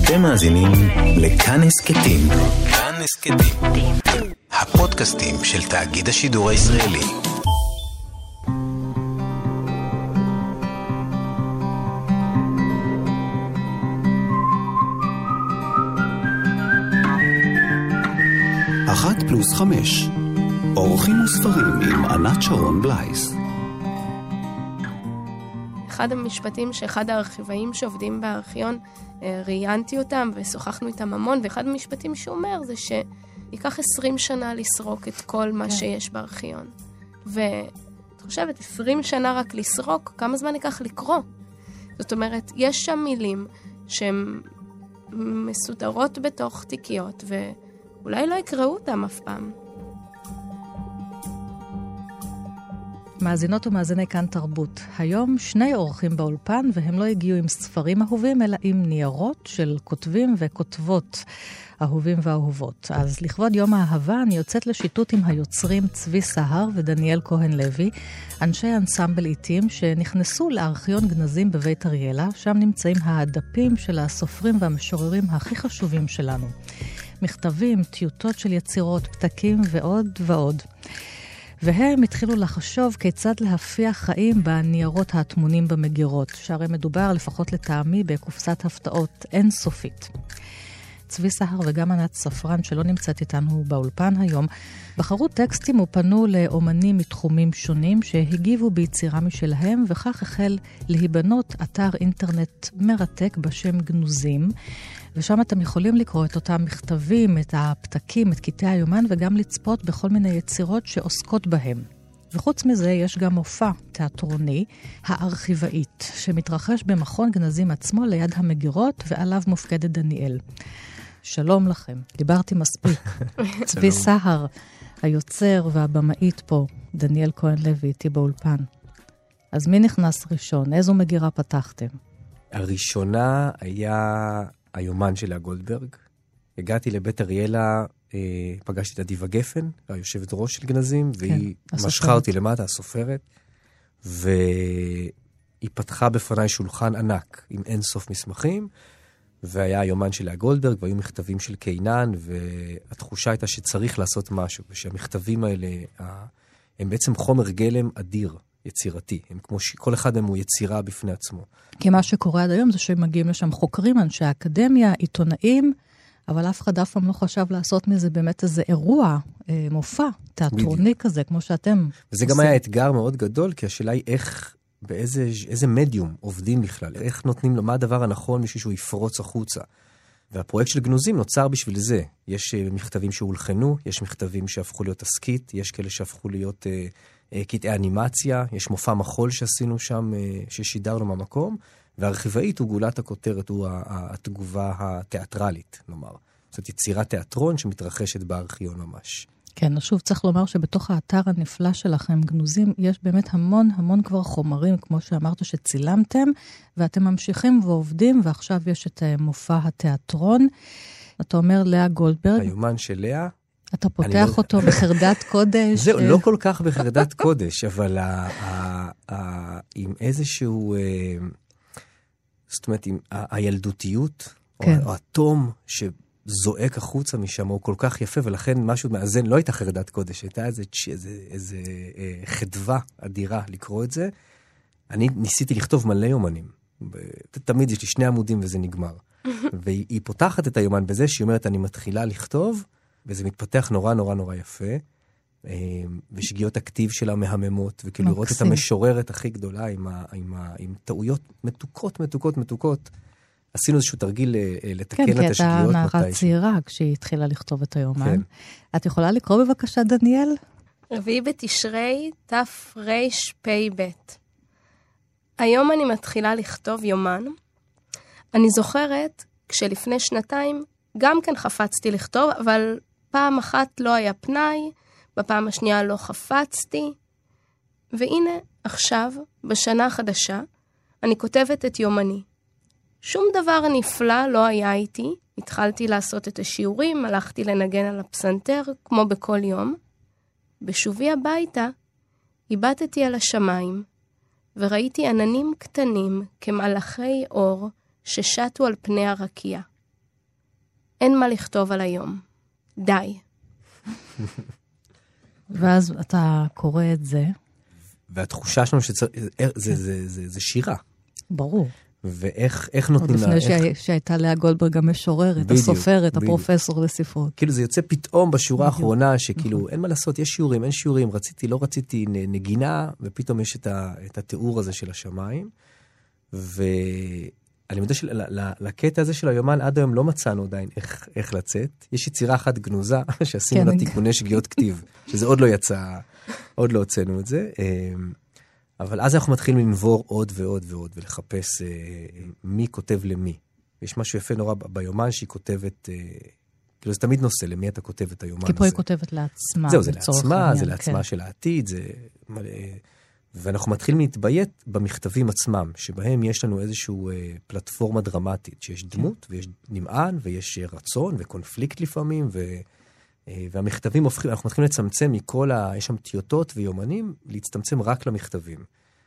אתם מאזינים לכאן הסכתים. כאן הסכתים. הפודקאסטים של תאגיד השידור הישראלי. אחת פלוס 5. אורחים וספרים עם ענת שרון בלייס. אחד המשפטים שאחד הארכיבאים שעובדים בארכיון, ראיינתי אותם ושוחחנו איתם המון, ואחד המשפטים שהוא אומר זה שיקח 20 שנה לסרוק את כל מה שיש בארכיון. ואת חושבת, 20 שנה רק לסרוק, כמה זמן ייקח לקרוא? זאת אומרת, יש שם מילים שהן מסודרות בתוך תיקיות, ואולי לא יקראו אותם אף פעם. מאזינות ומאזיני כאן תרבות. היום 2 אורחים באולפן, והם לא הגיעו עם ספרים אהובים, אלא עם ניירות של כותבים וכותבות אהובים ואהובות. אז לכבוד יום האהבה, אני יוצאת לשיטוט עם היוצרים צבי סהר ודניאל כהן לוי, אנשי אנסמבל עיתים שנכנסו לארכיון גנזים בבית אריאלה, שם נמצאים הדפים של הסופרים והמשוררים הכי חשובים שלנו. מכתבים, טיוטות של יצירות, פתקים ועוד ועוד. והם התחילו לחשוב כיצד להפיח חיים בניירות הטמונים במגירות, שהרי מדובר לפחות לטעמי בקופסת הפתעות אינסופית. צבי סהר וגם ענת ספרן שלא נמצאת איתנו באולפן היום, בחרו טקסטים ופנו לאומנים מתחומים שונים שהגיבו ביצירה משלהם, וכך החל להיבנות אתר אינטרנט מרתק בשם גנוזים, ושם אתם יכולים לקרוא את אותם מכתבים, את הפתקים, את קטעי היומן, וגם לצפות בכל מיני יצירות שעוסקות בהם. וחוץ מזה יש גם מופע תיאטרוני, הארכיבאית, שמתרחש במכון גנזים עצמו ליד המגירות, ועליו מופקדת דניאל. שלום לכם, דיברתי מספיק. צבי סהר, היוצר והבמאית פה, דניאל כהן לוי, איתי באולפן. אז מי נכנס ראשון? איזו מגירה פתחתם? הראשונה היה היומן של לאה גולדברג. הגעתי לבית אריאלה, פגשתי את אדיבה גפן, היושבת ראש של גנזים, והיא משכה אותי למטה, הסופרת, והיא פתחה בפניי שולחן ענק עם אינסוף מסמכים, והיה היומן של לאה גולדברג, והיו מכתבים של קינן, והתחושה הייתה שצריך לעשות משהו, ושהמכתבים האלה הם בעצם חומר גלם אדיר, יצירתי. הם כמו כל אחד מהם הוא יצירה בפני עצמו. כי מה שקורה עד היום זה שמגיעים לשם חוקרים, אנשי האקדמיה, עיתונאים, אבל אף אחד אף פעם לא חשב לעשות מזה באמת איזה אירוע, מופע, תיאטרוני כזה, כמו שאתם וזה גם היה אתגר מאוד גדול, כי השאלה היא איך, באיזה מדיום עובדים בכלל, איך נותנים לו, מה הדבר הנכון בשביל שהוא יפרוץ החוצה. והפרויקט של גנוזים נוצר בשביל זה. יש מכתבים שהולחנו, יש מכתבים שהפכו להיות תסקית, יש כאלה שהפכו להיות קטעי אנימציה, יש מופע מחול שעשינו שם, ששידרנו מהמקום, והארכיבאית הוא גולת הכותרת, הוא התגובה התיאטרלית, נאמר. זאת יצירת תיאטרון שמתרחשת בארכיון ממש. כן, שוב צריך לומר שבתוך האתר הנפלא שלכם, גנוזים, יש באמת המון כבר חומרים, כמו שאמרת שצילמתם, ואתם ממשיכים ועובדים, ועכשיו יש את מופע התיאטרון. אתה אומר לאה גולדברג. היומן של לאה. אתה פותח אותו בחרדת קודש. זהו, לא כל כך בחרדת קודש, אבל עם איזשהו, זאת אומרת, עם הילדותיות, או התום שזועק החוצה משם, הוא כל כך יפה, ולכן משהו מאזן, לא הייתה חרדת קודש, הייתה איזה חדווה אדירה לקרוא את זה. אני ניסיתי לכתוב מלא יומנים. תמיד יש לי 2 עמודים וזה נגמר. והיא פותחת את היומן בזה, שהיא אומרת, אני מתחילה לכתוב, וזה מתפתח נורא יפה, ושגיאות הכתיב שלה מהממות, וכאילו לראות את המשוררת הכי גדולה עם טעויות מתוקות. עשינו איזשהו תרגיל לתקן את השגיאות. כן, כי הייתה נערה צעירה כשהיא התחילה לכתוב את היומן. את יכולה לקרוא בבקשה, דניאל? 4 בתשרי תרפ"ב. היום אני מתחילה לכתוב יומן. אני זוכרת כשלפני 2 גם כן חפצתי לכתוב, אבל פעם אחת לא היה פנאי, בפעם השנייה לא חפצתי, והנה עכשיו, בשנה החדשה, אני כותבת את יומני. שום דבר נפלא לא היה איתי, התחלתי לעשות את השיעורים, הלכתי לנגן על הפסנתר, כמו בכל יום. בשובי הביתה, איבדתי על השמיים, וראיתי עננים קטנים כמלאכי אור ששטו על פני הרקיע. אין מה לכתוב על היום. די. ואז אתה קורא את זה. והתחושה שלנו זה שירה. ברור. ואיך נותנים לה... עוד לפני שהייתה לאה גולדברג המשוררת, הסופרת, הפרופסור לספרות. כאילו זה יוצא פתאום בשורה האחרונה, שכאילו אין מה לעשות, יש שיעורים, אין שיעורים, לא רציתי נגינה, ופתאום יש את התיאור הזה של השמיים. ואני יודע שלקטע הזה של היומן, עד היום לא מצאנו עדיין איך לצאת. יש יצירה אחת גנוזה, שעשינו לה תיקוני שגיאות כתיב, שזה עוד לא יצא, עוד לא הוצאנו את זה. אבל אז אנחנו מתחילים לנבור עוד ועוד ועוד, ולחפש מי כותב למי. יש משהו יפה נורא ביומן שהיא כותבת, כאילו זה תמיד נושא, למי אתה כותב את היומן הזה. כי פה היא כותבת לעצמה. זהו, זה לעצמה, זה לעצמה של העתיד, ואנחנו מתחילים להתביית במכתבים עצמם, שבהם יש לנו איזשהו פלטפורמה דרמטית, שיש דמות, ויש נמען, ויש רצון, וקונפליקט לפעמים, והמכתבים הופכים, אנחנו מתחילים לצמצם מכל יש שם טיוטות ויומנים, להצטמצם רק למכתבים.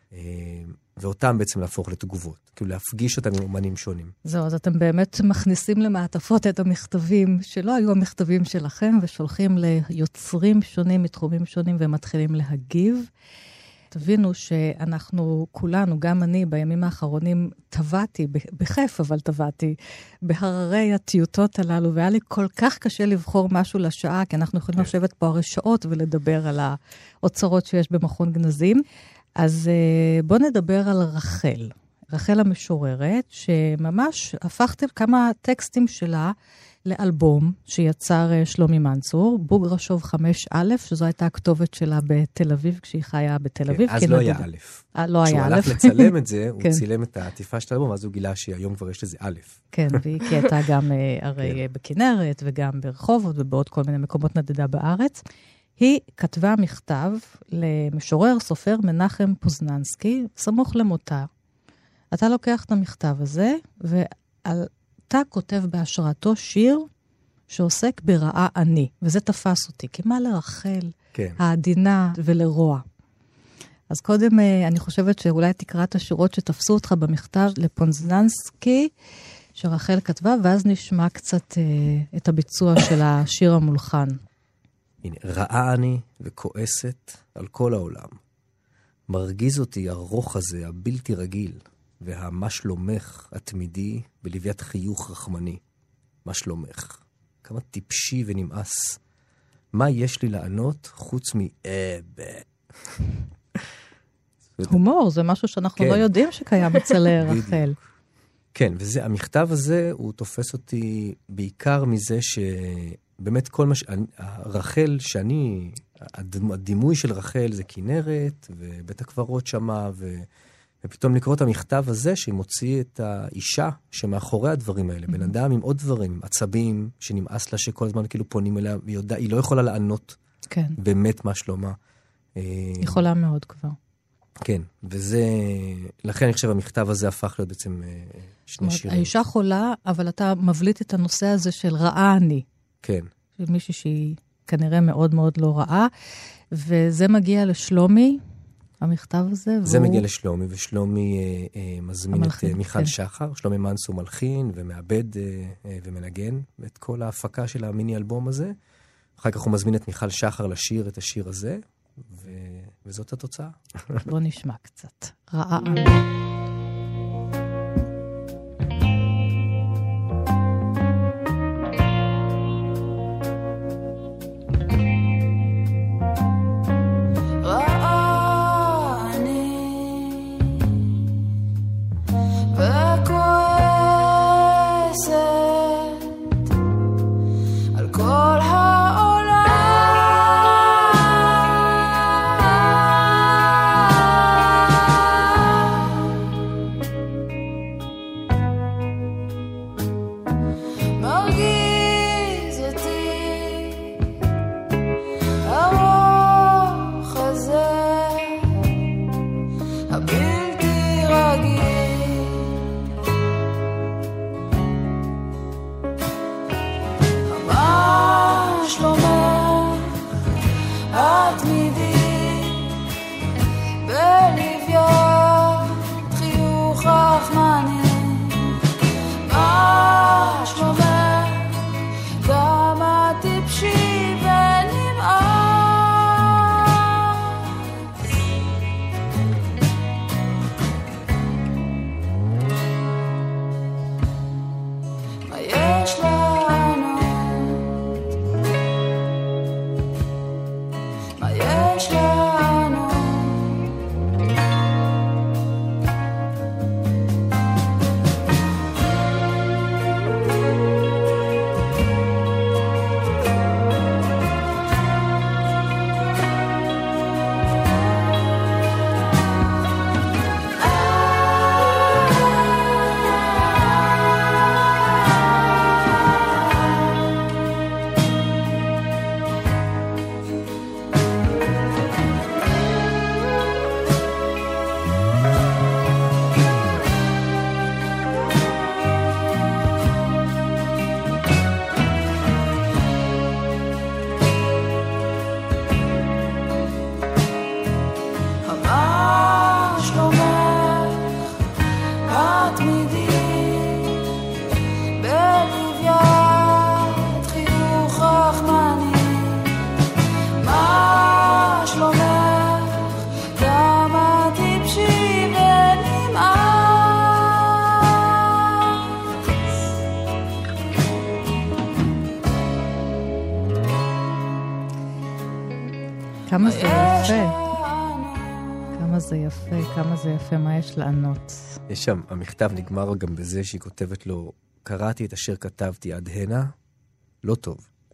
ואותם בעצם להפוך לתגובות, כאילו להפגיש אותם עם אומנים שונים. זהו, אז אתם באמת מכניסים למעטפות את המכתבים, שלא היו המכתבים שלכם, ושולחים ליוצרים שונים מתחומים שונים, ומתחילים להגיב. תבינו שאנחנו כולנו, גם אני בימים האחרונים טבעתי, בכיף אבל טבעתי, בהררי הטיוטות הללו, והיה לי כל כך קשה לבחור משהו לשעה, כי אנחנו יכולים לשבת פה הרי שעות ולדבר על האוצרות שיש במכון גנזים. אז בואו נדבר על רחל. רחל המשוררת, שממש הפכתי כמה טקסטים שלה לאלבום שיצר שלומי מנצור, בוגרשוב 5א, שזו הייתה הכתובת שלה בתל אביב, כשהיא חיה בתל אביב. אז לא היה א'. לא היה א'. כשהוא הלך לצלם את זה, הוא צילם את העטיפה של האלבום, אז הוא גילה שהיום כבר יש לזה א'. כן, והיא הייתה גם הרי בכנרת, וגם ברחובות, ובעוד כל מיני מקומות נדדה בארץ. היא כתבה מכתב למשורר סופר מנחם פוזננסקי, סמוך למותה. אתה לוקח את המכתב הזה, אתה כותב בהשראתו שיר שעוסק ברעה אני, וזה תפס אותי, כי מה לרחל, העדינה ולרוע. אז קודם אני חושבת שאולי תקרא את השירות שתפסו אותך במכתב לפוזננסקי, שרחל כתבה, ואז נשמע קצת את הביצוע של השיר המולחן. הנה, רעה אני וכועסת על כל העולם. מרגיז אותי הרוח הזה, הבלתי רגיל, והמה שלומך התמידי בלוויית חיוך רחמני. מה שלומך? כמה טיפשי ונמאס. מה יש לי לענות חוץ הומור, זה משהו שאנחנו לא יודעים שקיים אצל רחל. כן, וזה, המכתב הזה, הוא תופס אותי בעיקר מזה שבאמת כל מה רחל שאני, הדימוי של רחל זה כנרת, ובית הקברות שמה, ופתאום לקרוא את המכתב הזה, שמוציא את האישה שמאחורי הדברים האלה, בן אדם עם עוד דברים, עצבים, שנמאס לה שכל הזמן כאילו פונים אליה, היא לא יכולה לענות באמת מה שלומה. יכולה מאוד כבר. כן, וזה, לכן אני חושב המכתב הזה הפך להיות בעצם שני שירים. האישה חולה, אבל אתה מבליט את הנושא הזה של רעה אני. כן. של מישהי שהיא כנראה מאוד מאוד לא רעה, וזה מגיע לשלומי, המכתב הזה. זה מגיע לשלומי, ושלומי מזמין את מיכל שחר, שלומי מנצור מלחין ומעבד ומנגן את כל ההפקה של המיני אלבום הזה. אחר כך הוא מזמין את מיכל שחר לשיר את השיר הזה, וזאת התוצאה. בוא נשמע קצת. רעה אני. כמה זה יפה. כמה זה יפה, כמה זה יפה, מה יש לענות. יש שם, המכתב נגמר גם בזה שהיא כותבת לו, קראתי את אשר כתבתי עד הנה, לא טוב.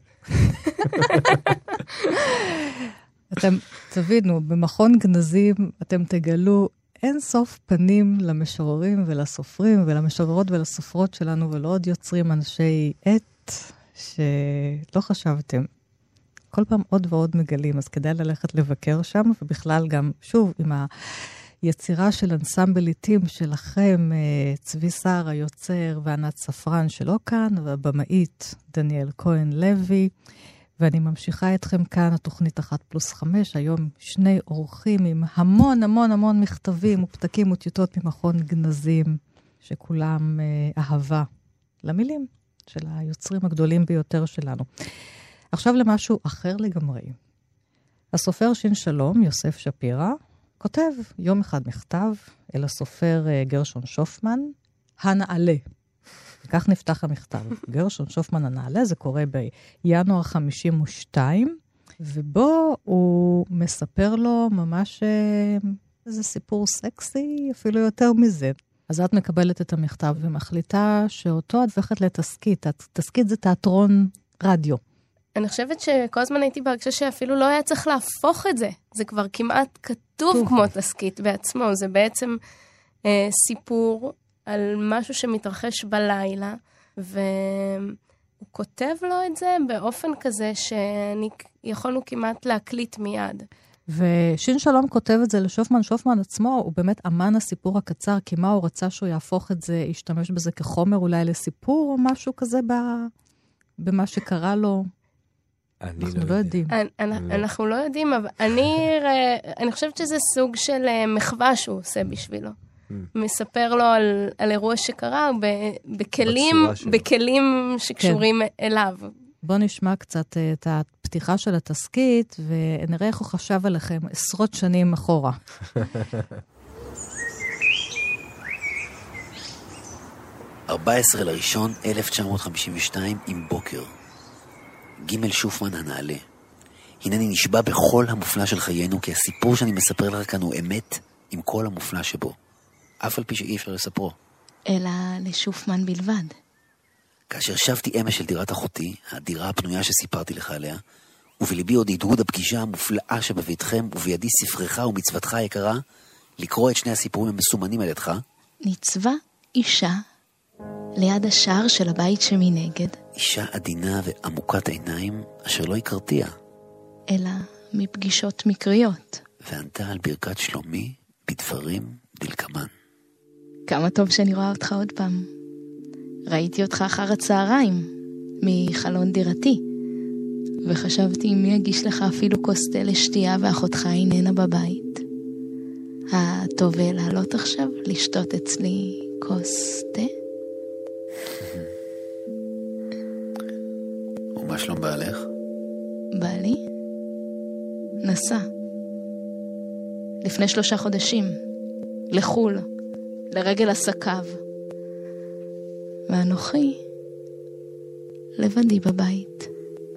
אתם תבינו, במכון גנזים אתם תגלו אין סוף פנים למשוררים ולסופרים ולמשוררות ולסופרות שלנו, ולא עוד יוצרים אנשי עת שלא חשבתם. כל פעם עוד ועוד מגלים, אז כדאי ללכת לבקר שם, ובכלל גם, שוב, עם היצירה של אנסמבליטים שלכם, צבי סער היוצר וענת ספרן שלא כאן, והבמאית דניאל כהן לוי, ואני ממשיכה אתכם כאן, התוכנית 1+5, היום 2 אורחים עם המון המון המון מכתבים ופתקים וטיוטות ממכון גנזים, שכולם אהבה למילים של היוצרים הגדולים ביותר שלנו. עכשיו למשהו אחר לגמרי. הסופר שין שלום, יוסף שפירא, כותב יום אחד מכתב אל הסופר גרשון שופמן, הנעלה. וכך נפתח המכתב. גרשון שופמן הנעלה, זה קורה בינואר 52, ובו הוא מספר לו ממש איזה סיפור סקסי, אפילו יותר מזה. אז את מקבלת את המכתב ומחליטה שאותו את הופכת לתסקית. תסקית זה תיאטרון רדיו. אני חושבת שכל הזמן הייתי בהרגשה שאפילו לא היה צריך להפוך את זה. זה כבר כמעט כתוב כמו תסקית בעצמו. זה בעצם סיפור על משהו שמתרחש בלילה, והוא כותב לו את זה באופן כזה שיכולנו כמעט להקליט מיד. ושין שלום כותב את זה לשופמן. שופמן עצמו הוא באמת אמן הסיפור הקצר, כי מה הוא רצה שהוא יהפוך את זה, ישתמש בזה כחומר אולי לסיפור או משהו כזה במה שקרה לו. אנחנו לא יודעים. אנחנו לא יודעים, אבל אני חושבת שזה סוג של מחווה שהוא עושה בשבילו. מספר לו על אירוע שקרה בכלים שקשורים אליו. בוא נשמע קצת את הפתיחה של התסקית, ונראה איך הוא חשב עליכם עשרות שנים אחורה. 14/1/1952 עם בוקר. ג' שופמן הנעלה. הנני נשבע בכל המופלא של חיינו, כי הסיפור שאני מספר לך כאן הוא אמת עם כל המופלא שבו. אף על פי שאי אפשר לספרו. אלא לשופמן בלבד. כאשר שבתי אמש של דירת אחותי, הדירה הפנויה שסיפרתי לך עליה, ובלבי עוד הדהוד הפגישה המופלאה שבביתכם, ובידי ספרך ומצוותך היקרה, לקרוא את שני הסיפורים המסומנים על ידך. ניצבה אישה ליד השער של הבית שמנגד. אישה עדינה ועמוקת עיניים, אשר לא הכרתיה. אלא מפגישות מקריות. וענתה על ברכת שלומי בדברים דלקמן. כמה טוב שאני רואה אותך עוד פעם. ראיתי אותך אחר הצהריים, מחלון דירתי, וחשבתי מי יגיש לך אפילו כוס תה לשתייה ואחותך איננה בבית. הטובה לעלות עכשיו לשתות אצלי כוס תה? ומה שלום בעלך? בעלי? נסע. לפני 3 חודשים. לחול. לרגל עסקיו. ואנוכי לבדי בבית.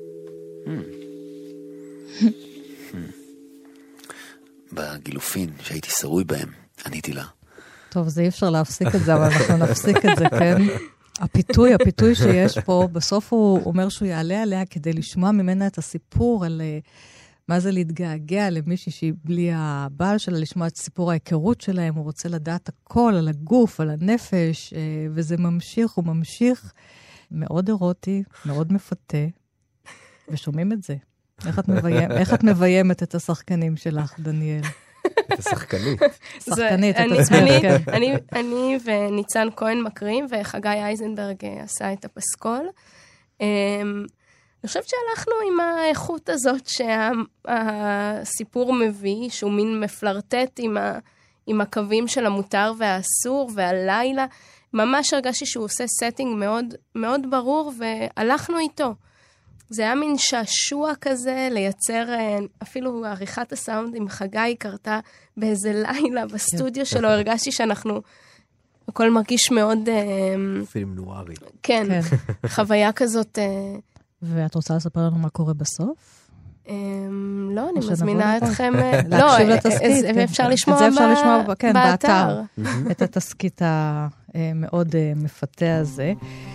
בגילופין שהייתי שרוי בהם, עניתי לה. טוב, זה אי אפשר להפסיק את זה, אבל אנחנו נפסיק את זה, כן? הפיתוי שיש פה, בסוף הוא אומר שהוא יעלה עליה כדי לשמוע ממנה את הסיפור על מה זה להתגעגע למישהי שהיא בלי הבעל שלה, לשמוע את סיפור ההיכרות שלהם, הוא רוצה לדעת הכל על הגוף, על הנפש, וזה ממשיך, הוא ממשיך, מאוד אירוטי, מאוד מפתה, ושומעים את זה. איך את מביימת את השחקנים שלך, דניאל? את השחקנית. שחקנית, את עצמך, כן. אני וניצן כהן מקרים, וחגי אייזנברג עשה את הפסקול. אני חושבת שהלכנו עם האיכות הזאת שהסיפור מביא, שהוא מין מפלרטט עם הקווים של המותר והאסור והלילה. ממש הרגשתי שהוא עושה סטינג מאוד, מאוד ברור, והלכנו איתו. זה היה מין שעשוע כזה, לייצר, אפילו עריכת הסאונד עם חגי קרתה באיזה לילה בסטודיו שלו, הרגשתי שאנחנו, הכל מרגיש מאוד... פילם נוארי. כן, חוויה כזאת... ואת רוצה לספר לנו מה קורה בסוף? לא, אני מזמינה אתכם... להקשיב לתסקית. אפשר לשמוע באתר. את התסקית המאוד מפתה הזה.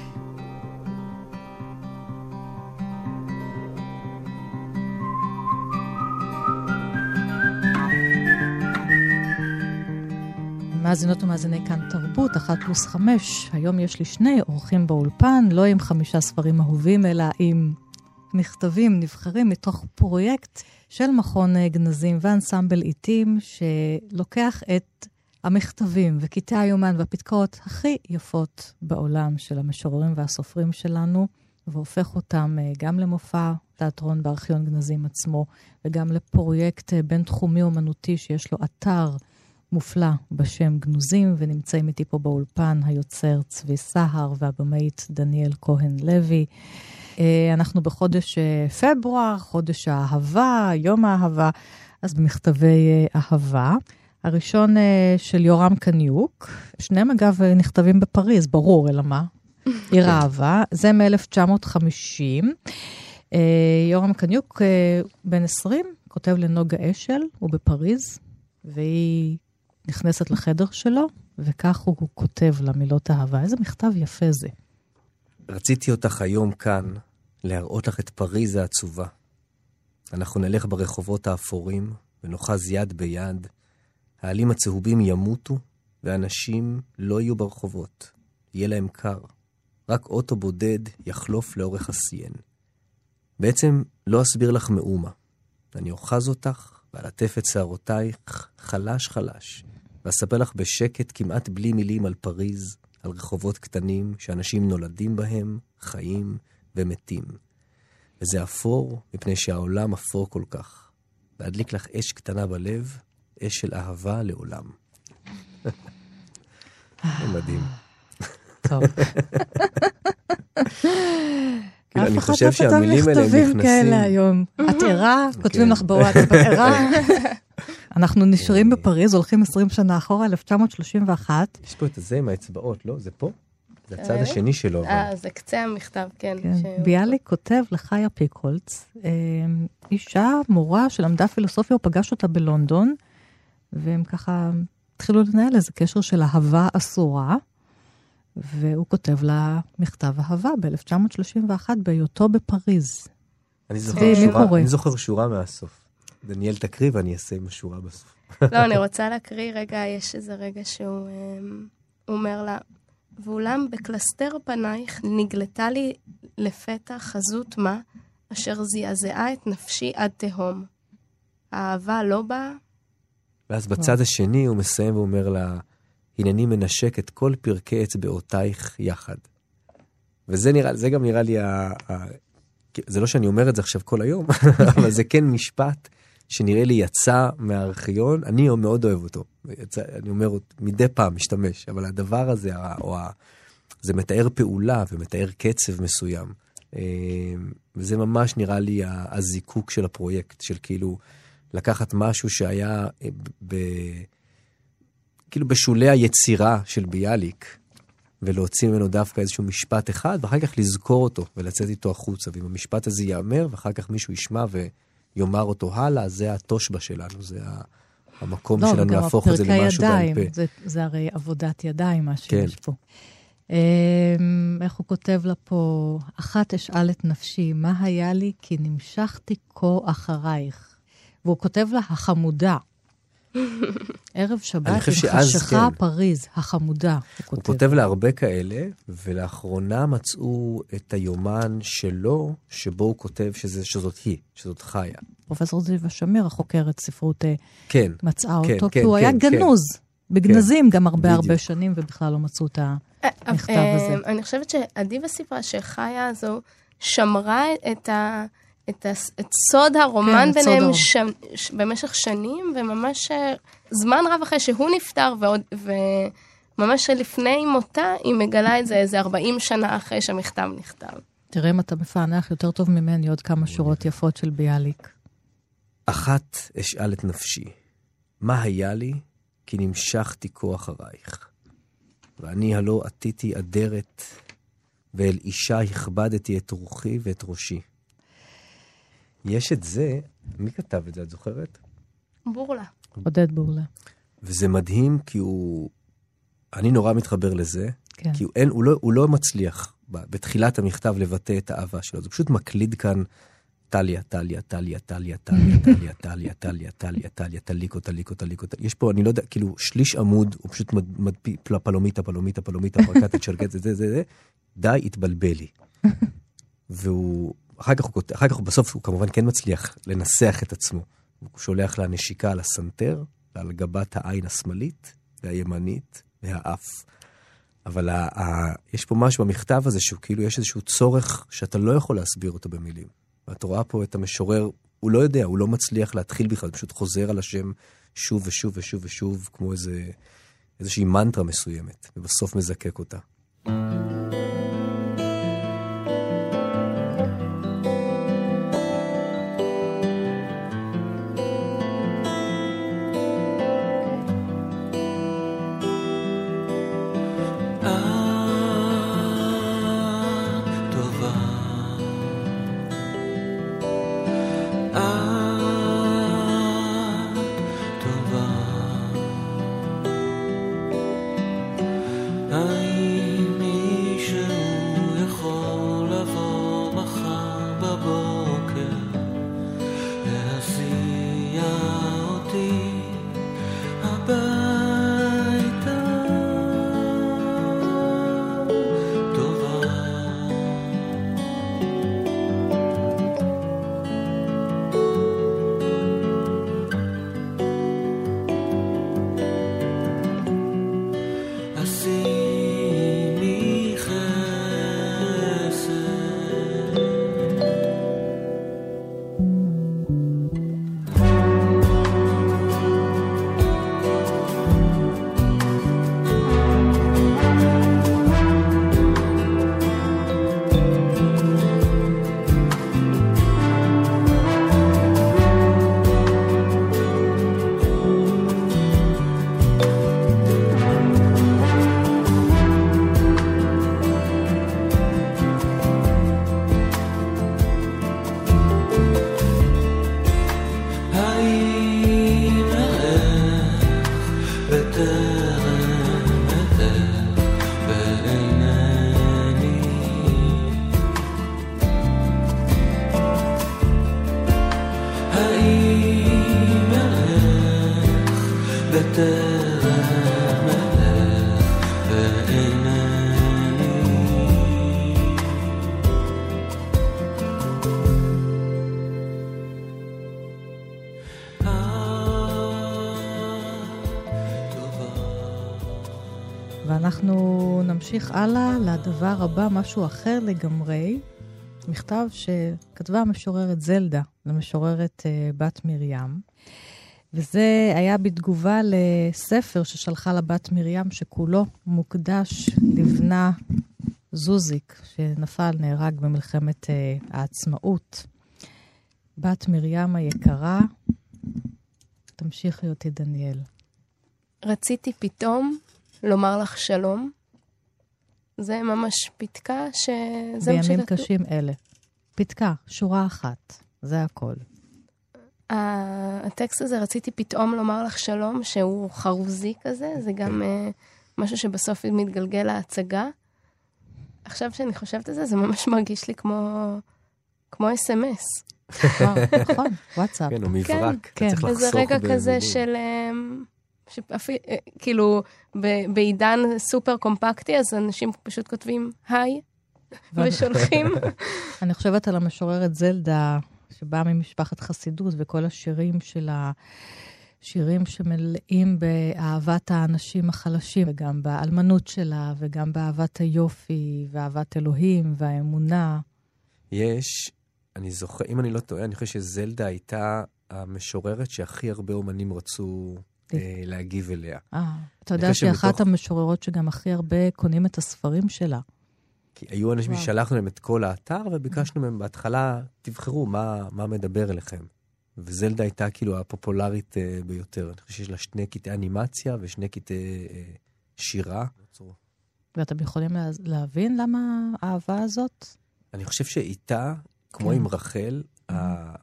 מאזינות ומאזיני כאן תרבות, 1+5. היום יש לי 2 אורחים באולפן, לא עם 5 ספרים אהובים, אלא עם מכתבים נבחרים מתוך פרויקט של מכון גנזים ואנסמבל עיתים, שלוקח את המכתבים וקטעי היומן והפתקאות הכי יפות בעולם של המשוררים והסופרים שלנו, והופך אותם גם למופע תיאטרון בארכיון גנזים עצמו, וגם לפרויקט בין-תחומי אומנותי שיש לו אתר מופלא בשם גנוזים, ונמצאים איתי פה באולפן היוצר צבי סהר והבמאית דניאל כהן לוי. אנחנו בחודש פברואר, חודש האהבה, יום האהבה, אז במכתבי אהבה. הראשון של יורם קניוק, שניהם אגב נכתבים בפריז, ברור, אלא מה? עיר האהבה, זה מ-1950. יורם קניוק בן 20, כותב לנוגה אשל, הוא בפריז, והיא נכנסת לחדר שלו, וכך הוא כותב למילות אהבה. איזה מכתב יפה זה. רציתי אותך היום כאן, להראות לך את פריז העצובה. אנחנו נלך ברחובות האפורים, ונוחז יד ביד. העלים הצהובים ימותו, ואנשים לא יהיו ברחובות. יהיה להם קר. רק אוטו בודד יחלוף לאורך הסיין. בעצם לא אסביר לך מאומה. אני אוחז אותך, ואלטף את שערותייך חלש חלש, ואספר לך בשקט כמעט בלי מילים על פריז, על רחובות קטנים שאנשים נולדים בהם, חיים ומתים. וזה אפור מפני שהעולם אפור כל כך. להדליק לך אש קטנה בלב, אש של אהבה לעולם. מדהים. טוב. אני חושב שהמילים האלה נכנסים. כאלה היום. את ערה, כותבים לך בוואטסאפ, ערה. אנחנו נשארים בפריז, הולכים 20 שנה אחורה, 1931. יש פה את זה עם האצבעות, לא? זה פה? זה הצד השני שלו. זה קצה המכתב, כן. ביאליק כותב לחיה פיקולץ, אישה מורה שלמדה פילוסופיה, הוא פגש אותה בלונדון, והם ככה התחילו לנהל איזה קשר של אהבה אסורה, והוא כותב לה מכתב אהבה ב-1931 בהיותו בפריז. אני זוכר שורה מהסוף. דניאל תקריא ואני אעשה עם השורה בסוף. לא, אני רוצה להקריא רגע, יש איזה רגע שהוא אומר לה, ואולם בקלסתר פנייך נגלתה לי לפתע חזות מה, אשר זעזעה את נפשי עד תהום. האהבה לא באה. ואז בצד השני הוא מסיים ואומר לה, הנני מנשק את כל פרקי אצבעותייך יחד. וזה גם נראה לי, זה לא שאני אומר את זה עכשיו כל היום, אבל זה כן משפט שנראה לי יצא מהארכיון, אני מאוד אוהב אותו. אני אומר, מדי פעם משתמש, אבל הדבר הזה, זה מתאר פעולה ומתאר קצב מסוים. וזה ממש נראה לי הזיקוק של הפרויקט, של כאילו לקחת משהו שהיה כאילו בשולי היצירה של ביאליק, ולהוציא ממנו דווקא איזשהו משפט אחד, ואחר כך לזכור אותו ולצאת איתו החוצה. ואם המשפט הזה יאמר, ואחר כך מישהו ישמע ויאמר אותו הלאה, זה התושבה שלנו, זה המקום שלנו להפוך את זה למשהו בעל פה. זה הרי עבודת ידיים, מה שיש פה. איך הוא כותב לה פה, אחת אשאל את נפשי, מה היה לי כי נמשכתי כה אחרייך. והוא כותב לה, החמודה. ערב שבת עם חשכה פריז, החמודה. הוא כותב לה הרבה כאלה, ולאחרונה מצאו את היומן שלו, שבו הוא כותב שזאת היא, שזאת חיה. פרופסור זיווה שמיר, החוקרת ספרות, מצאה אותו, כי הוא היה גנוז, בגנזים גם הרבה שנים, ובכלל לא מצאו את המכתב הזה. אני חושבת שעדיבה סיפרה שחיה הזו שמרה את סוד הרומן ביניהם במשך שנים, וממש זמן רב אחרי שהוא נפטר, וממש לפני מותה, היא מגלה את זה איזה 40 שנה אחרי שהמכתב נכתב. תראה אם אתה מפענח יותר טוב ממני עוד כמה שורות יפות של ביאליק. אחת אשאל את נפשי, מה היה לי כי נמשכתי כה אחרייך? ואני הלא עתיתי אדרת, ואל אישה הכבדתי את רוחי ואת ראשי. יש את זה, מי כתב את זה, את זוכרת? בורלה. עודד בורלה. וזה מדהים כי אני נורא מתחבר לזה, כן. כי הוא לא מצליח בתחילת המכתב לבטא את האהבה שלו, זה פשוט מקליד כאן טליה, טליה, טליה, טליה, טליה, טליה, טליה, טליה, טליה, טליה, טליקו, טליקו, טליקו. יש פה, אני לא יודע, כאילו שליש עמוד, הוא פשוט מדפיס פלומיטה, פלומיטה, פלומיטה, פרקת, צ'רקט, זה, די, התבלבל לי. והוא, אחר כך בסוף הוא כמובן כן מצליח לנסח את עצמו. הוא שולח לה נשיקה על הסנטר, על גבת העין השמאלית, והימנית, והאף. אבל יש פה משהו במכתב הזה, שהוא כאילו יש איזשהו צורך שאתה לא יכול להסביר אותו במילים. ואת רואה פה את המשורר, הוא לא יודע, הוא לא מצליח להתחיל בכלל, הוא פשוט חוזר על השם שוב ושוב ושוב ושוב, כמו איזושהי מנטרה מסוימת, ובסוף מזקק אותה. ואנחנו נמשיך הלאה לדבר הבא, משהו אחר לגמרי. מכתב שכתבה המשוררת זלדה, למשוררת בת מרים. וזה היה בתגובה לספר ששלחה לבת מרים, שכולו מוקדש לבנה זוזיק, שנפל, נהרג במלחמת העצמאות. בת מרים היקרה, תמשיכי אותי דניאל. רציתי פתאום לומר לך שלום. זה ממש פתקה שזה מה בימים קשים אלה. פתקה, שורה אחת. זה הכל. הטקסט הזה, רציתי פתאום לומר לך שלום, שהוא חרוזי כזה, זה גם משהו שבסוף מתגלגל להצגה. עכשיו שאני חושבת על זה, זה ממש מרגיש לי כמו SMS. נכון, וואטסאפ. כן, הוא מברק. כן, וזה רגע כזה של... כאילו, בעידן סופר קומפקטי, אז אנשים פשוט כותבים היי, ושולחים. אני חושבת על המשוררת זלדה, שבאה ממשפחת חסידות, וכל השירים שלה, שירים שמלאים באהבת האנשים החלשים, וגם באלמנות שלה, וגם באהבת היופי, ואהבת אלוהים, והאמונה. יש, אני זוכר, אם אני לא טועה, אני חושב שזלדה הייתה המשוררת שהכי הרבה אומנים רצו להגיב אליה. אתה יודע שהיא אחת המשוררות שגם הכי הרבה קונים את הספרים שלה. כי היו אנשים ששלחנו להם את כל האתר, וביקשנו מהם בהתחלה, תבחרו מה מדבר אליכם. וזלדה הייתה כאילו הפופולרית ביותר. אני חושב שיש לה 2 קטעי אנימציה ו2 קטעי שירה. ואתם יכולים להבין למה האהבה הזאת? אני חושב שאיתה, כמו עם רחל,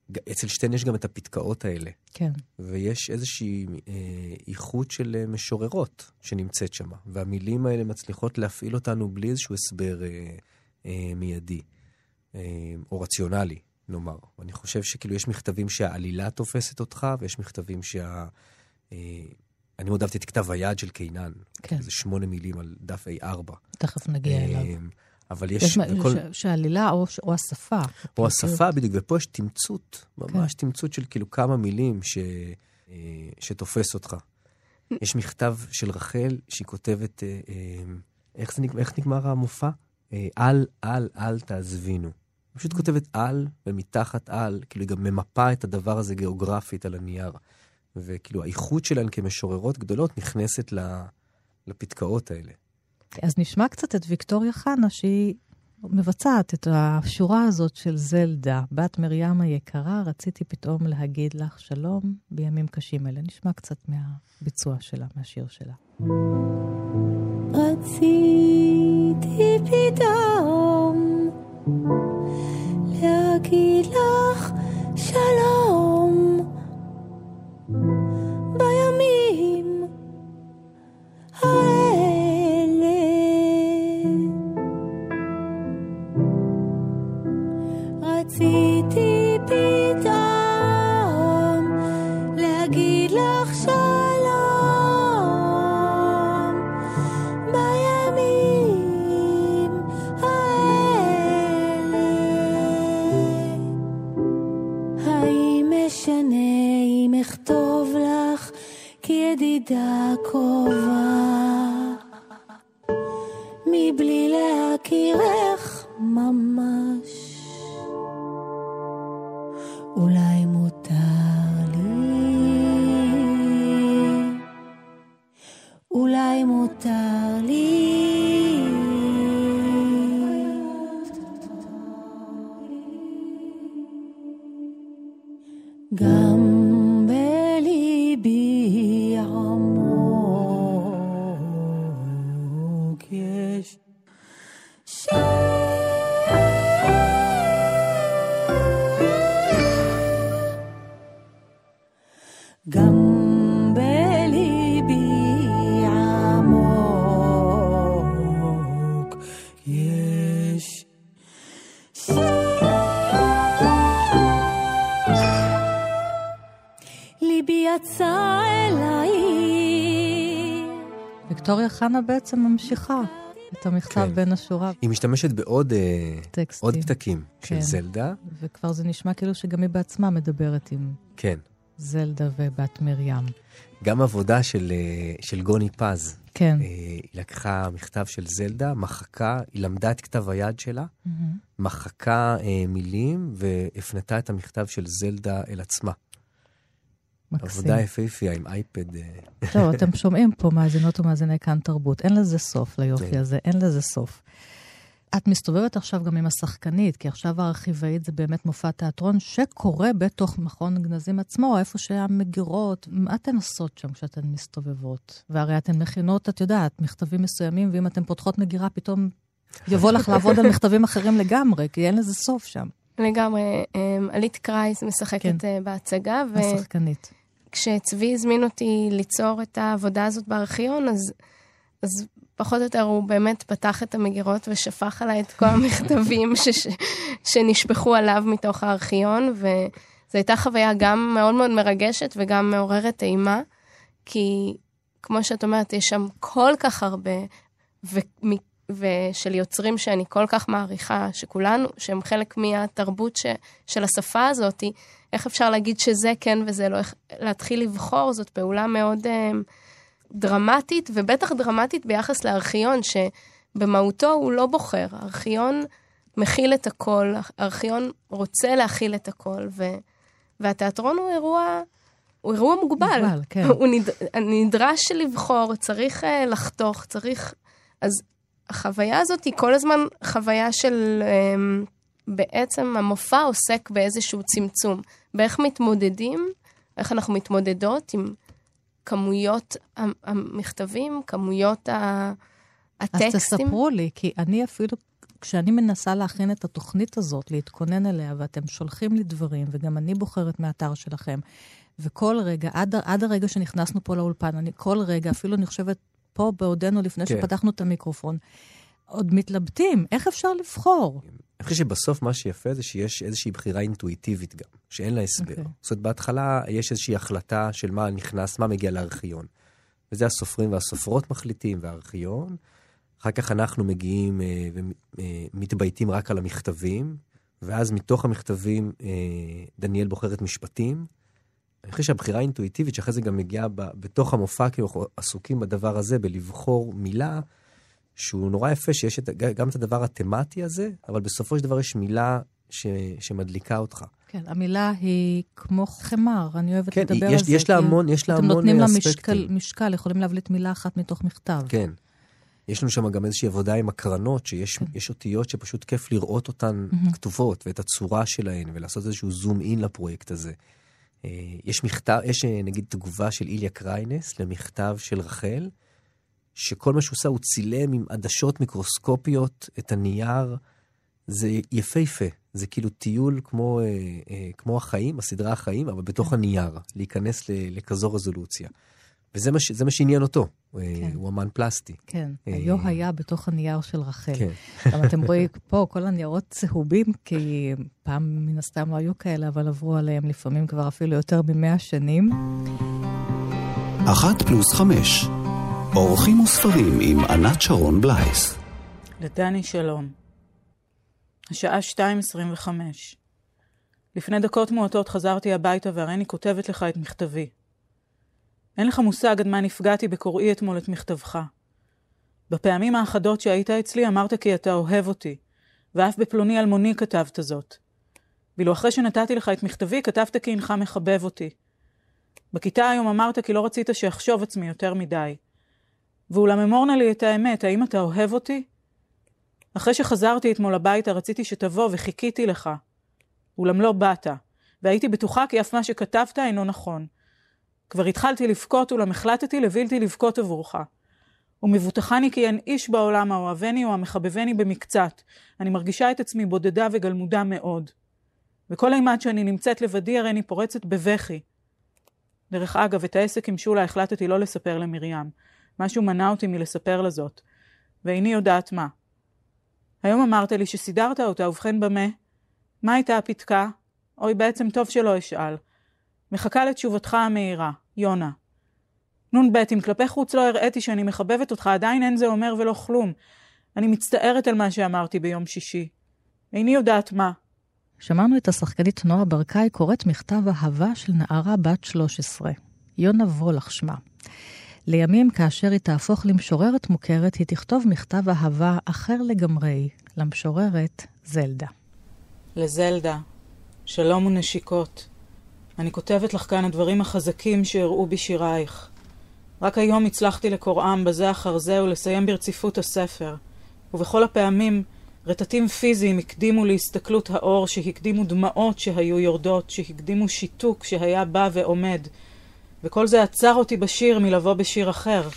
אצל שתיהן יש גם את הפתקאות האלה. כן. ויש איזושהי איכות של משוררות שנמצאת שם, והמילים האלה מצליחות להפעיל אותנו בלי איזשהו הסבר מיידי, או רציונלי, נאמר. ואני חושב שכאילו יש מכתבים שהעלילה תופסת אותך, ויש מכתבים אני מאוד אהבתי את כתב היד של קינן. כן. זה 8 מילים על דף A4. תכף נגיע אליו. אבל יש... שהעלילה או השפה. או השפה, בדיוק. ופה יש תמצות, ממש תמצות של כאילו כמה מילים שתופס אותך. יש מכתב של רחל שהיא כותבת, איך נגמר המופע? אל תעזבינו. היא פשוט כותבת על, ומתחת על, כאילו היא גם ממפה את הדבר הזה גיאוגרפית על הנייר. וכאילו האיכות שלהן כמשוררות גדולות נכנסת לפתקאות האלה. אז נשמע קצת את ויקטוריה חנה, שהיא מבצעת את השורה הזאת של זלדה. בת מרים היקרה, רציתי פתאום להגיד לך שלום בימים קשים אלה. נשמע קצת מהביצוע שלה, מהשיר שלה. רציתי פתאום להגיד לך שלום בימים האלה. רציתי פתאום להגיד לך שלום בימים האלה. האם משנה אם אכתוב לך כידידה קרובה מבלי להכירך ממש? אולי מותר לי, אולי מותר לי גם בליבי עמוק יש גם בליבי עמוק יש ליבי יצא אליי. ויקטוריה חנה בעצם ממשיכה את המכתב בין השורה. היא משתמשת בעוד פתקים של זלדה. וכבר זה נשמע כאילו שגם היא בעצמה מדברת עם זלדה ובת מרים. גם עבודה של גוני פז. כן. היא לקחה מכתב של זלדה, מחקה, היא למדה את כתב היד שלה, מחקה מילים והפנתה את המכתב של זלדה אל עצמה. עבודה יפהפייה עם אייפד. טוב, אתם שומעים פה מאזינות ומאזיני כאן תרבות. אין לזה סוף ליופי הזה, אין לזה סוף. את מסתובבת עכשיו גם עם השחקנית, כי עכשיו הארכיבאית זה באמת מופע תיאטרון שקורה בתוך מכון גנזים עצמו, איפה שהמגירות, מה אתן עושות שם כשאתן מסתובבות? והרי אתן מכינות, את יודעת, מכתבים מסוימים, ואם אתן פותחות מגירה, פתאום יבוא לך לעבוד על מכתבים אחרים לגמרי, כי אין לזה סוף שם. לגמרי, עלית קרייס משחקת בהצגה, השחקנית. כשצבי הזמין אותי ליצור את העבודה הזאת בארכיון, אז פחות או יותר הוא באמת פתח את המגירות ושפך עליי את כל המכתבים שנשפכו עליו מתוך הארכיון, וזו הייתה חוויה גם מאוד מאוד מרגשת וגם מעוררת אימה, כי כמו שאת אומרת, יש שם כל כך הרבה, ושל יוצרים שאני כל כך מעריכה, שכולנו, שהם חלק מהתרבות של השפה הזאת, איך אפשר להגיד שזה כן וזה לא, להתחיל לבחור, זאת פעולה מאוד דרמטית, ובטח דרמטית ביחס לארכיון, שבמהותו הוא לא בוחר. הארכיון מכיל את הכל, הארכיון רוצה להכיל את הכל, והתיאטרון הוא אירוע מוגבל. כן. הוא נדרש לבחור, צריך לחתוך, צריך... אז החוויה הזאת היא כל הזמן חוויה של... בעצם המופע עוסק באיזשהו צמצום. באיך מתמודדים, איך אנחנו מתמודדות עם כמויות המכתבים, כמויות הטקסטים. אז תספרו לי, כי אני אפילו כשאני מנסה להכין את התוכנית הזאת, להתכונן אליה, ואתם שולחים לי דברים, וגם אני בוחרת מהאתר שלכם, וכל רגע, עד הרגע שנכנסנו פה לאולפן, כל רגע, אפילו אני חושבת פה בעודנו לפני שפתחנו את המיקרופון, עוד מתלבטים, איך אפשר לבחור? אני חושב שבסוף מה שיפה זה שיש איזושהי בחירה אינטואיטיבית גם, שאין לה הסבר. זאת אומרת, בהתחלה יש איזושהי החלטה של מה נכנס, מה מגיע לארכיון. וזה הסופרים והסופרות מחליטים והארכיון. אחר כך אנחנו מגיעים ומתבייתים רק על המכתבים, ואז מתוך המכתבים דניאל בוחרת משפטים. אני חושב שהבחירה האינטואיטיבית, שאחרי זה גם מגיעה בתוך המופע, כי אנחנו עסוקים בדבר הזה, בלבחור מילה, שהוא נורא יפה, שיש גם את הדבר התמטי הזה, אבל בסופו של דבר יש מילה שמדליקה אותך. כן, המילה היא כמו חמר, אני אוהבת לדבר על זה. יש לה המון אספקטים. אתם נותנים לה משקל, יכולים להבליט מילה אחת מתוך מכתב. כן. יש לנו שם גם איזושהי עבודה עם הקרנות, שיש אותיות שפשוט כיף לראות אותן כתובות, ואת הצורה שלהן, ולעשות איזשהו זום אין לפרויקט הזה. יש מכתב, יש נגיד תגובה של איליה קריינס למכתב של רחל, שכל מה שהוא עושה הוא צילם עם עדשות מיקרוסקופיות את הנייר. זה יפה. זה כאילו טיול כמו החיים, הסדרה החיים, אבל בתוך הנייר, להיכנס לכזו רזולוציה. וזה מה שעניין אותו. הוא אמן פלסטי. כן, היו היה בתוך הנייר של רחל. גם אתם רואים פה כל הניירות צהובים, כי פעם מן הסתם לא היו כאלה, אבל עברו עליהם לפעמים כבר אפילו יותר מ100 שנים. 1+5 אורחים וספרים עם ענת שרון בלייס. לדני שלום. השעה 2:25. לפני דקות מועטות חזרתי הביתה והריני כותבת לך את מכתבי. אין לך מושג עד מה נפגעתי בקוראי אתמול את מכתבך. בפעמים האחדות שהיית אצלי אמרת כי אתה אוהב אותי, ואף בפלוני אלמוני כתבת זאת. ואילו אחרי שנתתי לך את מכתבי כתבת כי אינך מחבב אותי. בכיתה היום אמרת כי לא רצית שאחשוב עצמי יותר מדי. ואולם אמורנה לי את האמת, האם אתה אוהב אותי? אחרי שחזרתי אתמול הביתה רציתי שתבוא וחיכיתי לך. אולם לא באת, והייתי בטוחה כי אף מה שכתבת אינו נכון. כבר התחלתי לבכות אולם החלטתי לבלתי לבכות עבורך. ומבוטחני כי אין איש בעולם האוהבני או המחבבני במקצת. אני מרגישה את עצמי בודדה וגלמודה מאוד. וכל אימת שאני נמצאת לבדי הרי אני פורצת בבכי. דרך אגב, את העסק עם שולה החלטתי לא לספר למרים. משהו מנע אותי מלספר לזאת. ואיני יודעת מה. היום אמרת לי שסידרת אותה, ובכן במה? מה הייתה הפתקה? אוי, בעצם טוב שלא אשאל. מחכה לתשובתך המהירה, יונה. נון ב', אם כלפי חוץ לא הראיתי שאני מחבבת אותך, עדיין אין זה אומר ולא כלום. אני מצטערת על מה שאמרתי ביום שישי. איני יודעת מה. שמענו את השחקנית נועה ברקאי קוראת מכתב אהבה של נערה בת 13. יונה וולך שמה. לימים כאשר היא תהפוך למשוררת מוכרת, היא תכתוב מכתב אהבה אחר לגמרי, למשוררת זלדה. לזלדה, שלום ונשיקות. אני כותבת לך כאן הדברים החזקים שהראו בשירייך. רק היום הצלחתי לקוראם בזה אחר זה ולסיים ברציפות הספר. ובכל הפעמים רטטים פיזיים הקדימו להסתכלות האור, שהקדימו דמעות שהיו יורדות, שהקדימו שיתוק שהיה בא ועומד. וכל זה עצר אותי בשיר מלבוא בשיר אחר.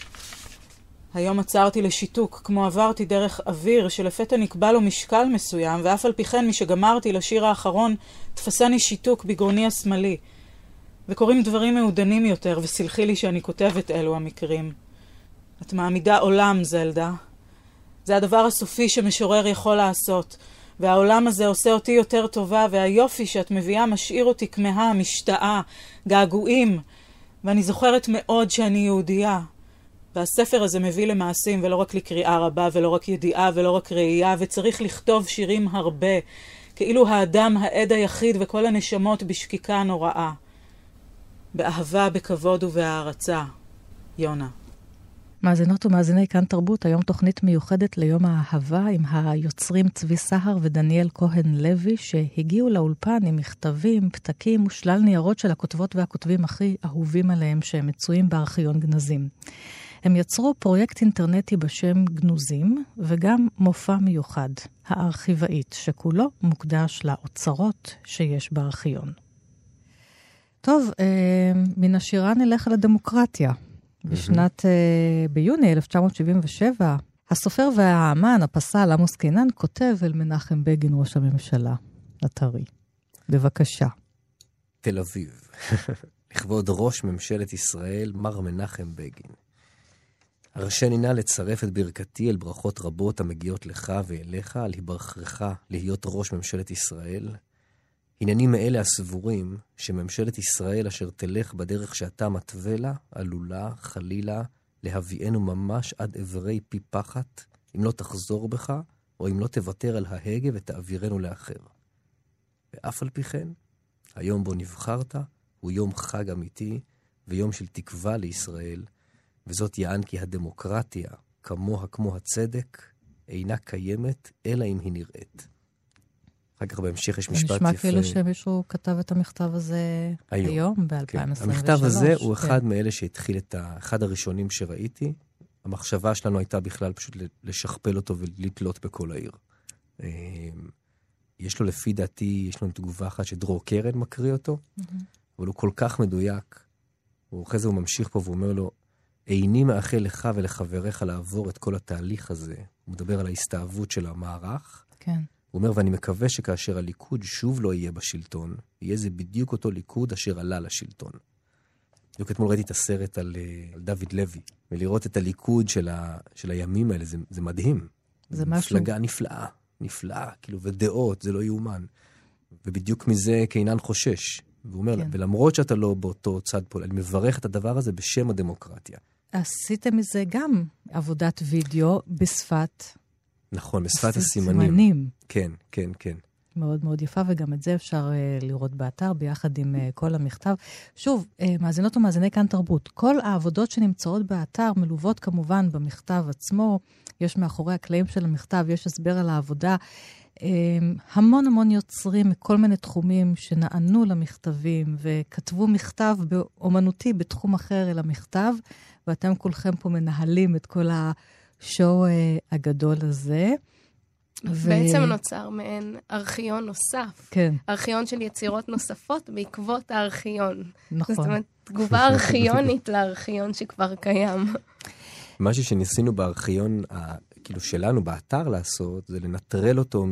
היום עצרתי לשיתוק, כמו עברתי דרך אוויר שלפתע נקבע לו משקל מסוים, ואף על פי כן משגמרתי לשיר האחרון, תפסני שיתוק בגרוני השמאלי. וקוראים דברים מעודנים יותר, וסלחי לי שאני כותבת אלו המקרים. את מעמידה עולם, זלדה. זה הדבר הסופי שמשורר יכול לעשות, והעולם הזה עושה אותי יותר טובה, והיופי שאת מביאה משאיר אותי כמהה, משתאה, געגועים, ואני זוכרת מאוד שאני יהודייה. והספר הזה מביא למעשים, ולא רק לקריאה רבה, ולא רק ידיעה, ולא רק ראייה, וצריך לכתוב שירים הרבה, כאילו האדם העד היחיד וכל הנשמות בשקיקה נוראה. באהבה, בכבוד ובהערצה. יונה. מאזינות ומאזיני כאן תרבות, היום תוכנית מיוחדת ליום האהבה עם היוצרים צבי סהר ודניאל כהן לוי, שהגיעו לאולפן עם מכתבים, פתקים ושלל ניירות של הכותבות והכותבים הכי אהובים עליהם שהם מצויים בארכיון גנזים. הם יצרו פרויקט אינטרנטי בשם גנוזים, וגם מופע מיוחד, הארכיבאית, שכולו מוקדש לאוצרות שיש בארכיון. טוב, מן השירה נלך לדמוקרטיה. ביוני 1977, הסופר והאמן, הפסל, עמוס קינן, כותב אל מנחם בגין, ראש הממשלה, לטרי. בבקשה. תל אביב. לכבוד ראש ממשלת ישראל, מר מנחם בגין. הרשני נא לצרף את ברכתי אל ברכות רבות המגיעות לך ואליך, על היבחרך להיות ראש ממשלת ישראל. הנני מאלה הסבורים שממשלת ישראל אשר תלך בדרך שאתה מתווה לה, עלולה, חלילה, להביאנו ממש עד עברי פי פחת, אם לא תחזור בך, או אם לא תוותר על ההגה ותעבירנו לאחר. ואף על פי כן, היום בו נבחרת, הוא יום חג אמיתי, ויום של תקווה לישראל, וזאת יען כי הדמוקרטיה, כמוה כמו הצדק, אינה קיימת, אלא אם היא נראית. אחר כך בהמשך יש משפט יפה. נשמע כאילו שמישהו כתב את המכתב הזה היום, ב-2023. כן. המכתב הזה הוא אחד מאלה שהתחיל אחד הראשונים שראיתי. המחשבה שלנו הייתה בכלל פשוט לשכפל אותו ולתלות בכל העיר. יש לו לפי דעתי, יש לנו תגובה אחת שדרור קרן מקריא אותו, אבל הוא כל כך מדויק. ואחרי זה הוא ממשיך פה ואומר לו, איני מאחל לך ולחבריך לעבור את כל התהליך הזה. הוא מדבר על ההסתאבות של המערך. כן. הוא אומר, ואני מקווה שכאשר הליכוד שוב לא יהיה בשלטון, יהיה זה בדיוק אותו ליכוד אשר עלה לשלטון. בדיוק אתמול ראיתי את הסרט על דוד לוי, ולראות את הליכוד של הימים האלה, זה מדהים. זה משהו. מפלגה נפלאה, כאילו, ודעות, זה לא יאומן. ובדיוק מזה קינן חושש. והוא אומר, כן. ולמרות שאתה לא באותו צד פה, אני מברך את הדבר הזה בשם הדמוקרטיה. עשיתם מזה גם עבודת וידאו בשפת... נכון, בשפת הסימנים. סימנים. כן, כן, כן. מאוד מאוד יפה, וגם את זה אפשר לראות באתר, ביחד עם כל המכתב. שוב, מאזינות ומאזיני כאן תרבות, כל העבודות שנמצאות באתר מלוות כמובן במכתב עצמו, יש מאחורי הקלעים של המכתב, יש הסבר על העבודה, המון יוצרים מכל מיני תחומים שנענו למכתבים, וכתבו מכתב באומנותי בתחום אחר אל המכתב, ואתם כולכם פה מנהלים את כל השואו הגדול הזה. בעצם נוצר מעין ארכיון נוסף. כן. ארכיון של יצירות נוספות בעקבות הארכיון. נכון. זאת אומרת, תגובה ארכיונית לארכיון שכבר קיים. משהו שניסינו בארכיון, כאילו שלנו באתר לעשות, זה לנטרל אותו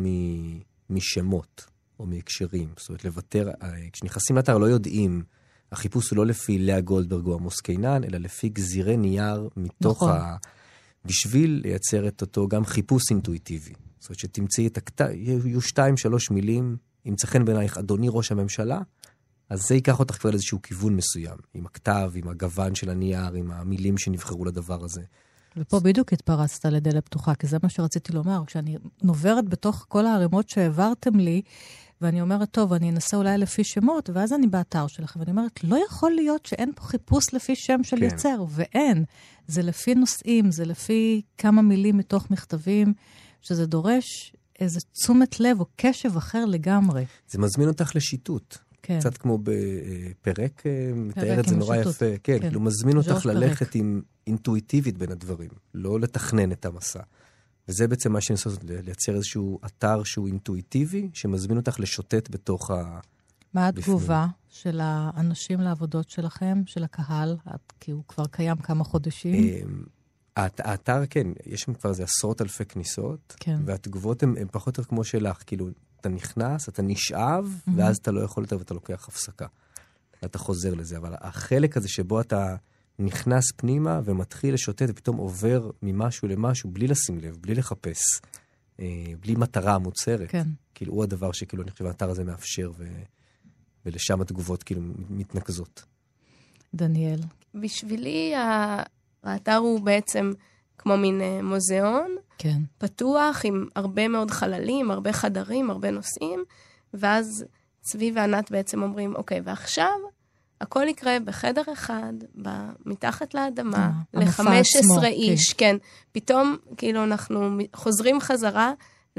משמות או מהקשרים. זאת אומרת, לוותר, כשנכנסים לאתר לא יודעים, החיפוש הוא לא לפי לאה גולדברג או עמוס קינן, אלא לפי גזירי נייר מתוך נכון. בשביל לייצר את אותו גם חיפוש אינטואיטיבי. זאת אומרת שתמצאי את הכתב, יהיו 2-3 מילים, אם צחן בעינייך אדוני ראש הממשלה, אז זה ייקח אותך כבר לאיזשהו כיוון מסוים, עם הכתב, עם הגוון של הנייר, עם המילים שנבחרו לדבר הזה. ופה בדיוק התפרצת לדלת פתוחה, כי זה מה שרציתי לומר, כשאני נוברת בתוך כל הערימות שהעברתם לי, ואני אומרת, טוב, אני אנסה אולי לפי שמות, ואז אני באתר שלכם, ואני אומרת, לא יכול להיות שאין פה חיפוש לפי שם של יוצר, ואין. זה לפי נושאים, זה לפי כמה מילים מתוך מכתבים, שזה דורש איזה תשומת לב או קשב אחר לגמרי. זה מזמין אותך לשיטוט. כן. קצת כמו בפרק, מתאר את זה נורא יפה. כן, כאילו מזמין אותך ללכת עם אינטואיטיבית בין הדברים, לא לתכנן את המסע. וזה בעצם מה שאני עושה, לייצר איזשהו אתר שהוא אינטואיטיבי, שמזמין אותך לשוטט בתוך מה התגובה של האנשים לעבודות שלכם, של הקהל, כי הוא כבר קיים כמה חודשים? האתר, כן, יש שם כבר איזה 10,000 כניסות, כן. והתגובות הן פחות או כמו שלך, כאילו, אתה נכנס, אתה נשאב, ואז אתה לא יכול יותר ואתה לוקח הפסקה. ואתה חוזר לזה, אבל החלק הזה שבו אתה נכנס פנימה ומתחיל לשוטט, ופתאום עובר ממשהו למשהו, בלי לשים לב, בלי לחפש, בלי מטרה מוצרת. כן. כאילו, הוא הדבר שכאילו, אני חושב, האתר הזה מאפשר, ולשם התגובות כאילו מתנקזות. דניאל. בשבילי, האתר הוא בעצם כמו מין מוזיאון, כן. פתוח עם הרבה מאוד חללים, הרבה חדרים, הרבה נושאים, ואז צבי וענת בעצם אומרים, אוקיי, ועכשיו הכל יקרה בחדר אחד, מתחת לאדמה, ל-15 איש, כן. פתאום, כאילו, אנחנו חוזרים חזרה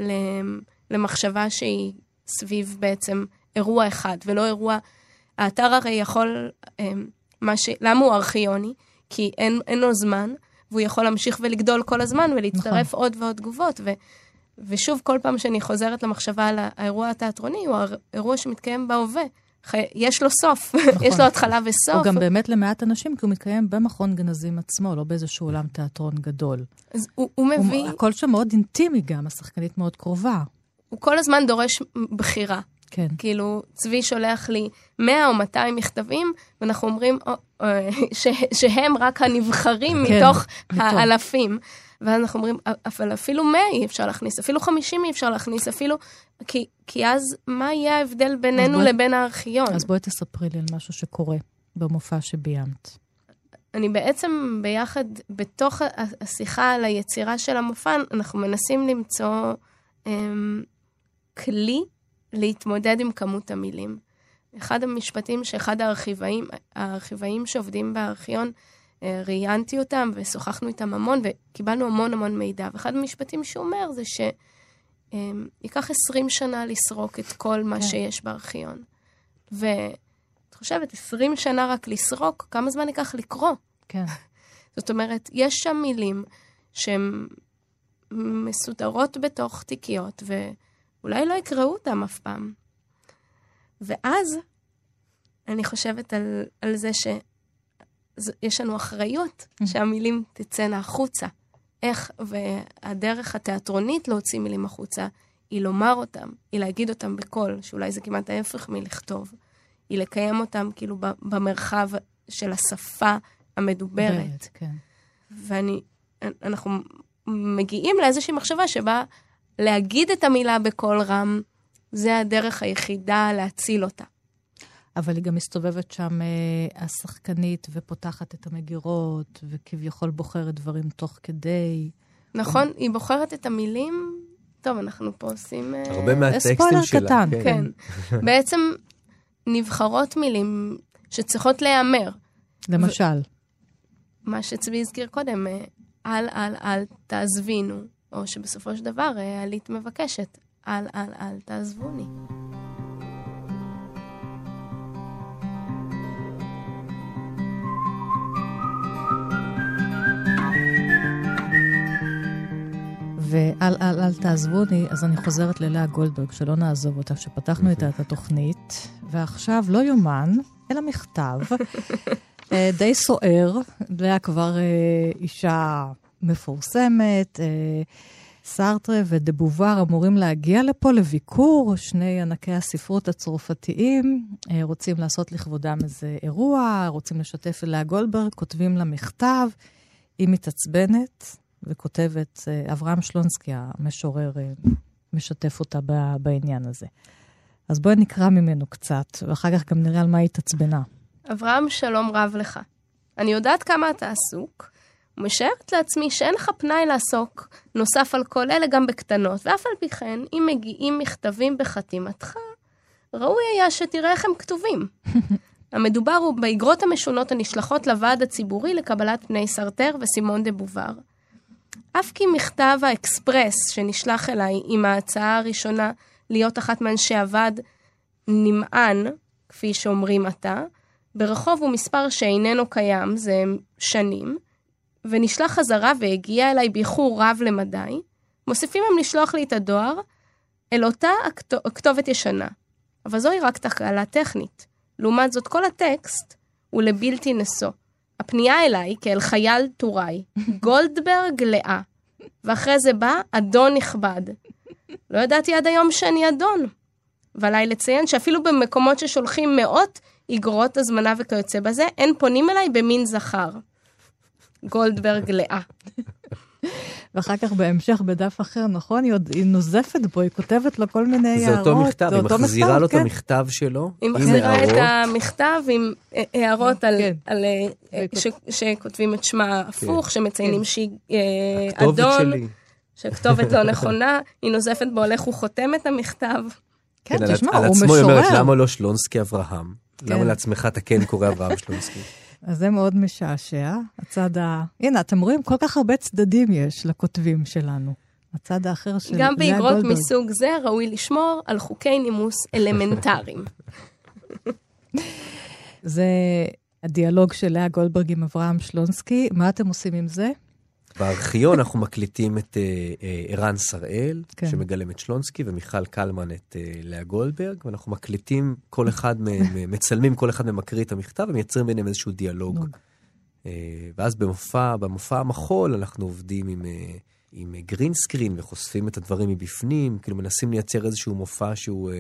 למחשבה שהיא סביב בעצם אירוע אחד, ולא אירוע, האתר הרי יכול, למה הוא ארכיוני? כי אין לו זמן, והוא יכול להמשיך ולגדול כל הזמן, ולהצטרף עוד ועוד תגובות, ושוב, כל פעם שאני חוזרת למחשבה על האירוע התיאטרוני, הוא האירוע שמתקיים בהווה, יש לו סוף, יש לו התחלה וסוף. או גם באמת למעט אנשים, כי הוא מתקיים במכון גנזים עצמו, לא באיזשהו עולם תיאטרון גדול. אז הוא מביא... הכל שם מאוד אינטימי גם, השחקנית מאוד קרובה. הוא כל הזמן דורש בחירה. כן. כאילו, צבי שולח לי 100 או 200 מכתבים, ואנחנו אומרים שהם רק הנבחרים מתוך האלפים. ואנחנו אומרים, אבל אפילו 100 אי אפשר להכניס, אפילו 50 אי אפשר להכניס, אפילו... כי אז מה יהיה ההבדל בינינו לבין הארכיון? אז בואי תספרי לי על משהו שקורה במופע שביימת. אני בעצם ביחד, בתוך השיחה על היצירה של המופע, אנחנו מנסים למצוא כלי להתמודד עם כמות המילים. אחד המשפטים שאחד הארכיבאים שעובדים בארכיון, ראיינתי אותם ושוחחנו איתם המון, וקיבלנו המון המון מידע. ואחד המשפטים שהוא אומר זה ייקח 20 שנה לסרוק את כל מה שיש בארכיון. ואת חושבת, 20 שנה רק לסרוק, כמה זמן ייקח לקרוא? כן. זאת אומרת, יש שם מילים שהן מסודרות בתוך תיקיות, ואולי לא יקראו אותם אף פעם. ואז אני חושבת על זה שיש לנו אחריות שהמילים תצאנה החוצה. איך, והדרך התיאטרונית להוציא מילים החוצה, היא לומר אותם, היא להגיד אותם בקול, שאולי זה כמעט ההפך מלכתוב, היא לקיים אותם כאילו במרחב של השפה המדוברת. כן. ואנחנו מגיעים לאיזושהי מחשבה שבה להגיד את המילה בקול רם, זה הדרך היחידה להציל אותה. אבל היא גם מסתובבת שם השחקנית ופותחת את המגירות, וכביכול בוחרת דברים תוך כדי. נכון, היא בוחרת את המילים. טוב, אנחנו פה עושים... הרבה מהטקסטים שלה. ספוילר קטן. כן. בעצם נבחרות מילים שצריכות להיאמר. למשל. מה שצבי הזכיר קודם, אל תעזבינו, או שבסופו של דבר עלית מבקשת, אל תעזבוני. ואל תעזבוני, אז אני חוזרת ללאה גולדברג, שלא נעזוב אותה, שפתחנו איתה את התוכנית, ועכשיו לא יומן, אלא מכתב, די סוער, לאה כבר אישה מפורסמת, סארטרה ודבובר אמורים להגיע לפה לביקור, שני ענקי הספרות הצרפתיים, רוצים לעשות לכבודם איזה אירוע, רוצים לשתף לאה גולדברג, כותבים לה מכתב, היא מתעצבנת, וכותבת, אברהם שלונסקי, המשורר, משתף אותה בעניין הזה. אז בואי נקרא ממנו קצת, ואחר כך גם נראה על מה היא תעצבנה. אברהם, שלום רב לך. אני יודעת כמה אתה עסוק, ומשערת לעצמי שאין לך פנאי לעסוק, נוסף על כל אלה גם בקטנות, ואף על פי כן, אם מגיעים מכתבים בחתימתך, ראוי היה שתראה איך הם כתובים. המדובר הוא באגרות המשונות הנשלחות לוועד הציבורי לקבלת פני סארטר וסימון דה בובר. אף כי מכתב האקספרס שנשלח אליי עם ההצעה הראשונה להיות אחת מאנשי הוועד נמען, כפי שאומרים עתה, ברחוב הוא מספר שאיננו קיים, זה שנים, ונשלח חזרה והגיע אליי באיחור רב למדי, מוסיפים הם לשלוח לי את הדואר אל אותה הכתובת ישנה. אבל זוהי רק תקלה טכנית. לעומת זאת כל הטקסט הוא לבלתי נשוא. הפנייה אליי כאל חייל טוראי, גולדברג לאה, ואחרי זה בא אדון נכבד. לא ידעתי עד היום שאני אדון. ועליי לציין שאפילו במקומות ששולחים מאות אגרות הזמנה וכיוצא בזה, אין פונים אליי במין זכר. גולדברג לאה. ואחר כך בהמשך בדף אחר, נכון? היא נוזפת בו, היא כותבת לו כל מיני הערות. זה אותו מכתב, היא מחזירה לו את המכתב שלו. היא מחזירה את המכתב עם הערות על שכותבים את שמה הפוך, שמציינים שהיא אדון, שכתובת לא נכונה, היא נוזפת בו, הולך וחותם את המכתב. כן, תשמע, הוא משורר. על עצמו היא אומרת, למה לא שלונסקי אברהם? למה לעצמך אתה כן קורא אברהם שלונסקי? אז זה מאוד משעשע. הנה, אתם רואים, כל כך הרבה צדדים יש לכותבים שלנו. הצד האחר של... גם באגרות מסוג זה ראוי לשמור על חוקי נימוס אלמנטריים. זה הדיאלוג של לאה גולדברג עם אברהם שלונסקי. מה אתם עושים עם זה? בארכיון אנחנו מקליטים את ערן שראל, שמגלם את שלונסקי, ומיכל קלמן את לאה גולדברג, ואנחנו מקליטים כל אחד, מצלמים כל אחד ממקריא את המכתב, ומייצרים ביניהם איזשהו דיאלוג. ואז במופע המחול אנחנו עובדים עם גרין סקרין, וחושפים את הדברים מבפנים, כאילו מנסים לייצר איזשהו מופע שהוא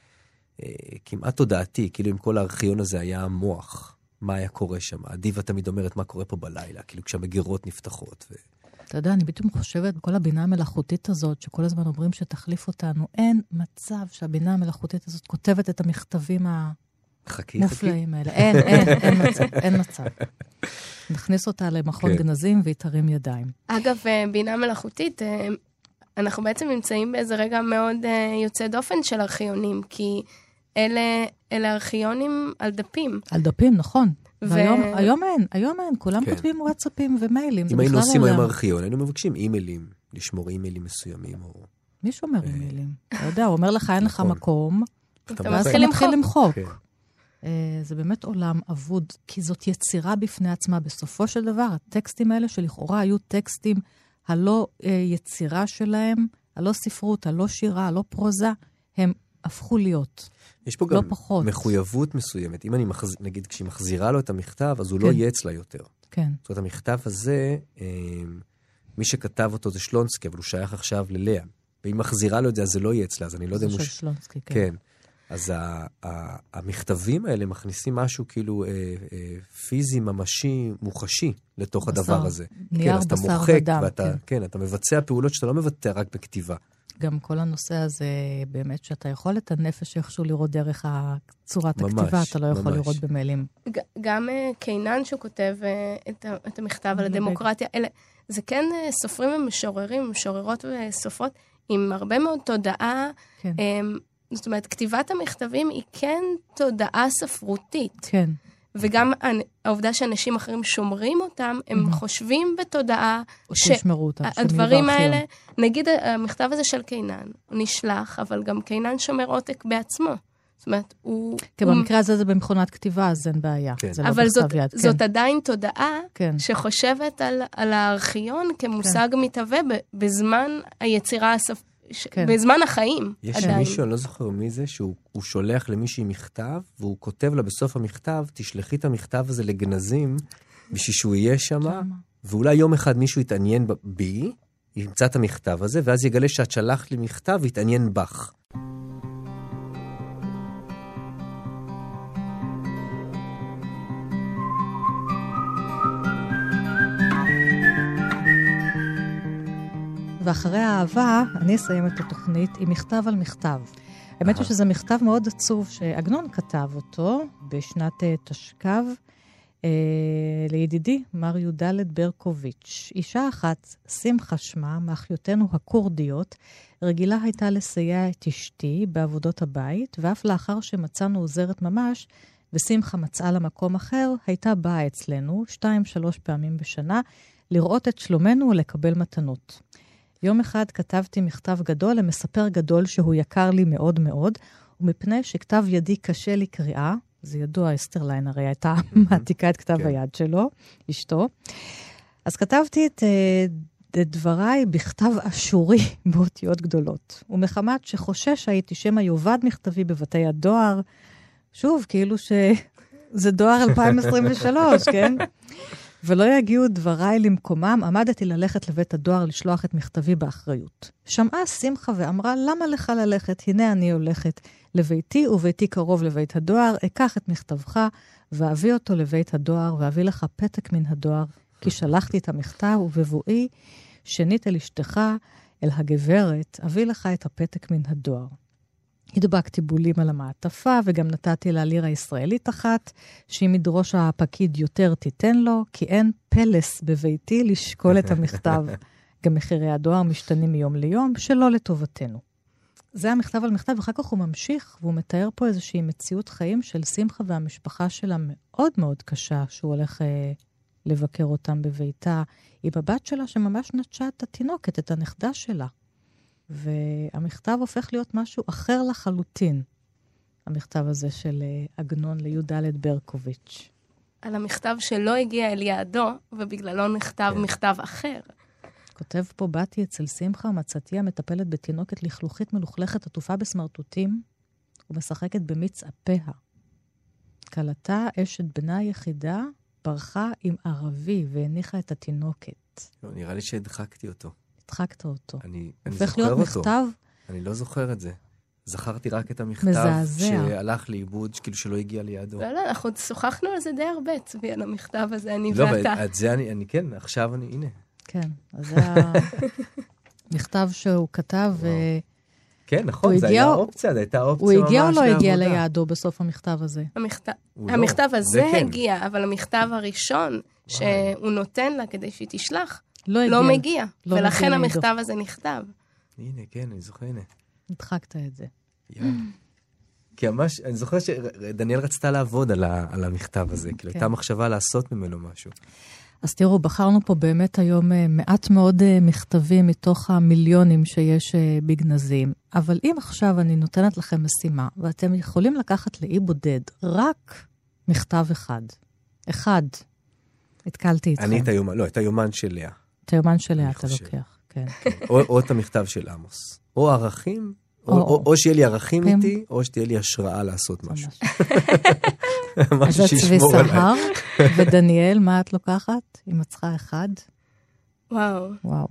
כמעט תודעתי, כאילו אם כל הארכיון הזה היה מוח. מה היה קורה שם? הדיבה תמיד אומרת מה קורה פה בלילה, כאילו כשהמגירות נפתחות. אתה יודע, אני פתאום חושבת, כל הבינה המלאכותית הזאת, שכל הזמן אומרים שתחליף אותנו, אין מצב שהבינה המלאכותית הזאת כותבת את המכתבים המופלאים האלה. אין מצב. נכניס אותה למכון גנזים והתרים ידיים. אגב, בינה מלאכותית, אנחנו בעצם נמצאים באיזה רגע מאוד יוצא דופן של ארכיונים, כי אלה ארכיונים על דפים. על דפים, נכון. היום אין, כולם כותבים וואטסאפים ומיילים. אם היינו עושים היום ארכיון, היינו מבקשים אימיילים, לשמור אימיילים מסוימים. מי שומר אימיילים? אתה יודע, הוא אומר לך, אין לך מקום, אתה ואז אתה מתחיל למחוק. זה באמת עולם אבוד, כי זאת יצירה בפני עצמה. בסופו של דבר, הטקסטים האלה שלכאורה היו טקסטים הלא יצירה שלהם, הלא ספרות, הלא שירה, הלא פרוזה, הם הפכו להיות. יש פה גם מחויבות מסוימת. אם אני נגיד, כשהיא מחזירה לו את המכתב, אז הוא לא יהיה אצלה יותר. כן. זאת אומרת, המכתב הזה, מי שכתב אותו זה שלונסקי, אבל הוא שייך עכשיו ללאה. ואם מחזירה לו את זה, אז זה לא יהיה אצלה. אז אני לא יודע... זה של שלונסקי, כן. כן. אז המכתבים האלה מכניסים משהו כאילו פיזי, ממשי, מוחשי לתוך הדבר הזה. נייר בשר ודם. כן, אתה מבצע פעולות שאתה לא מבטא רק בכתיבה. גם כל הנושא הזה, באמת שאתה יכול את הנפש איכשהו לראות דרך צורת הכתיבה, אתה לא יכול לראות במיילים. גם קיינן שהוא כותב את המכתב על הדמוקרטיה, זה כן סופרים ומשוררים, משוררות וסופרות, עם הרבה מאוד תודעה, זאת אומרת, כתיבת המכתבים היא כן תודעה ספרותית. כן. וגם העובדה שאנשים אחרים שומרים אותם, הם חושבים בתודעה שהדברים האלה, נגיד המכתב הזה של קיינן, הוא נשלח, אבל גם קיינן שומר עותק בעצמו. זאת אומרת, הוא... כן, במקרה הזה זה במכונת כתיבה, אז אין בעיה. אבל זאת עדיין תודעה שחושבת על הארכיון כמושג מתהווה בזמן היצירה הספרותית. בזמן החיים. יש מישהו, אני לא זוכר מי זה, שהוא שולח למישהי מכתב, והוא כותב לה בסוף המכתב, תשלחי את המכתב הזה לגנזים, בשביל שהוא יהיה שם, ואולי יום אחד מישהו יתעניין בי, ימצא את המכתב הזה, ואז יגלה שאת שלחת לי מכתב, ויתעניין בך. ואחרי האהבה, אני אסיים את התוכנית עם מכתב על מכתב. האמת היא שזה מכתב מאוד עצוב שעגנון כתב אותו בשנת תשכ"ב לידידי מר י"ד ברקוביץ'. אישה אחת, שמחה שמה, מאחיותינו הקורדיות, רגילה הייתה לסייע את אשתי בעבודות הבית, ואף לאחר שמצאנו עוזרת ממש, ושמחה מצאה למקום אחר, הייתה באה אצלנו 2-3 פעמים בשנה, לראות את שלומנו ולקבל מתנות. יום אחד כתבתי מכתב גדול למספר גדול שהוא יקר לי מאוד מאוד, ומפני שכתב ידי קשה לי קריאה, זה ידוע, אסתרליין הרי הייתה מעתיקה את כתב היד שלו, אשתו, אז כתבתי את דבריי בכתב אשורי באותיות גדולות, ומחמת שחושש הייתי שמא יאבד מכתבי בבתי הדואר, שוב, כאילו שזה דואר 2023, כן? ולא יגיעו דבריי למקומם, עמדתי ללכת לבית הדואר לשלוח את מכתבי באחריות. שמעה שמחה ואמרה, למה לך ללכת? הנה אני הולכת לביתי, וביתי קרוב לבית הדואר, אקח את מכתבך, ואביא אותו לבית הדואר, ואביא לך פתק מן הדואר, כי שלחתי את המכתב, ובבואי שנית אל אשתך, אל הגברת, אביא לך את הפתק מן הדואר. הדבקתי בולים על המעטפה, וגם נתתי לה לירה ישראלית אחת, שאם ידרוש הפקיד יותר תיתן לו, כי אין פלס בביתי לשקול את המכתב. גם מחירי הדואר משתנים מיום ליום, שלא לטובתנו. זה המכתב על מכתב, ואחר כך הוא ממשיך, והוא מתאר פה איזושהי מציאות חיים של שמחה והמשפחה שלה מאוד מאוד קשה, שהוא הולך לבקר אותם בביתה, עם הבת שלה שממש נטשה את התינוקת, את הנכדה שלה. והמכתב הופך להיות משהו אחר לחלוטין, המכתב הזה של עגנון לי"ד ברקוביץ'. על המכתב שלא הגיע אל יעדו, ובגללו נכתב מכתב אחר. כותב פה, באתי אצל שמחה, מצאתי המטפלת בתינוקת לכלוכית מלוכלכת עטופה בסמרטוטים, ומשחקת במיץ אפיה. קלטה אשת בנה היחידה, ברחה עם ערבי והניחה את התינוקת. לא, נראה לי שהדחקתי אותו. הדחקת אותו. אני הופך זוכר להיות אותו. מכתב אני לא זוכר את זה. זכרתי רק את המכתב מזעזע. שהלך לאיבוד, כאילו שלא הגיע לידו. לא, אנחנו שוחחנו על זה די הרבה, צבי, על המכתב הזה, אני לא, ואתה. אבל את זה אני כן, עכשיו הנה. כן, אז זה המכתב שהוא כתב. כן, נכון, זה היה אופציה, זו הייתה אופציה ממש הוא הגיע או לא הגיע לעבודה? ליעדו בסוף המכתב הזה? המכתב הזה כן. הגיע, אבל המכתב הראשון שהוא נותן לה כדי שהיא תשלח, לא מגיע. ולכן המכתב הזה נכתב. הנה, כן, אני זוכר, הנה. הדחקת את זה. יאללה. כי ממש, אני זוכר שדניאל רצתה לעבוד על המכתב הזה, כאילו הייתה מחשבה לעשות ממנו משהו. אז תראו, בחרנו פה באמת היום מעט מאוד מכתבים מתוך המיליונים שיש בגנזים, אבל אם עכשיו אני נותנת לכם משימה, ואתם יכולים לקחת לאי בודד רק מכתב אחד, התקלתי איתכם. אני את היומן של לאה. את היומן של לאה אתה לוקח, כן. או את המכתב של עמוס. או ערכים, או שיהיה לי ערכים איתי, או שתהיה לי השראה לעשות משהו. אז את צבי סהר, ודניאל, מה את לוקחת? היא מצחה אחד? וואו.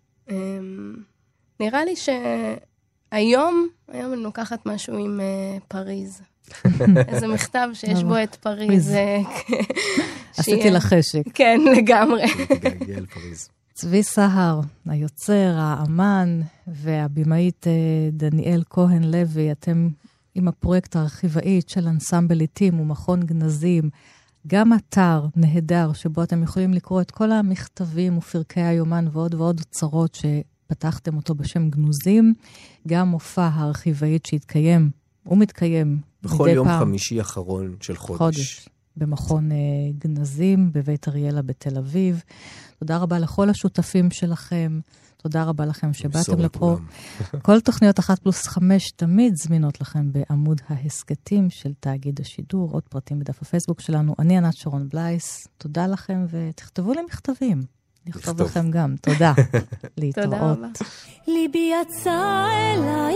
נראה לי שהיום אני לוקחת משהו עם פריז. איזה מכתב שיש בו את פריז. עשיתי לך חשק. כן, לגמרי. תגעגע אל פריז. צבי סהר, היוצר, האמן והבימאית דניאל כהן לוי, אתם עם הפרויקט הארכיבאית של אנסמבל עיתים ומכון גנזים, גם אתר נהדר שבו אתם יכולים לקרוא את כל המכתבים ופרקי היומן ועוד ועוד אוצרות שפתחתם אותו בשם גנוזים, גם מופע הארכיבאית שהתקיים ומתקיים בכל יום חמישי אחרון של חודש. במכון גנזים בבית אריאלה בתל אביב. תודה רבה לכל השותפים שלכם. תודה רבה לכם שבאתם לפה. כל תוכניות 1+5 תמיד זמינות לכם בעמוד ההסקטים של תאגיד השידור. עוד פרטים בדף הפייסבוק שלנו. אני ענת שרון בלייס. תודה לכם ותכתבו לי מכתבים. נכתוב לכם גם. תודה. להתראות. ליבי יצא אליי,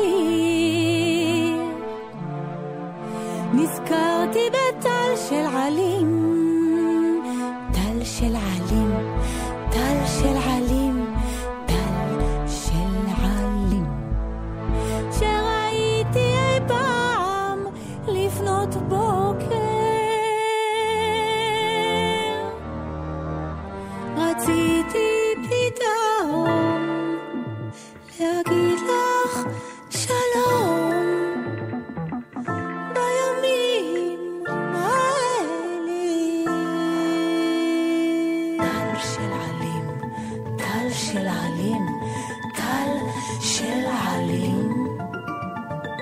נזכרתי בטל של עלים, טל של עלים, טל של עלים, טל של עלים, שראיתי אי פעם לפנות בוקר. רציתי פתאום להגיד לך שלום בימים האלה. טל של עלים, טל של עלים, טל של עלים,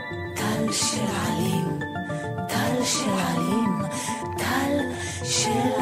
טל של עלים, טל של עלים, טל של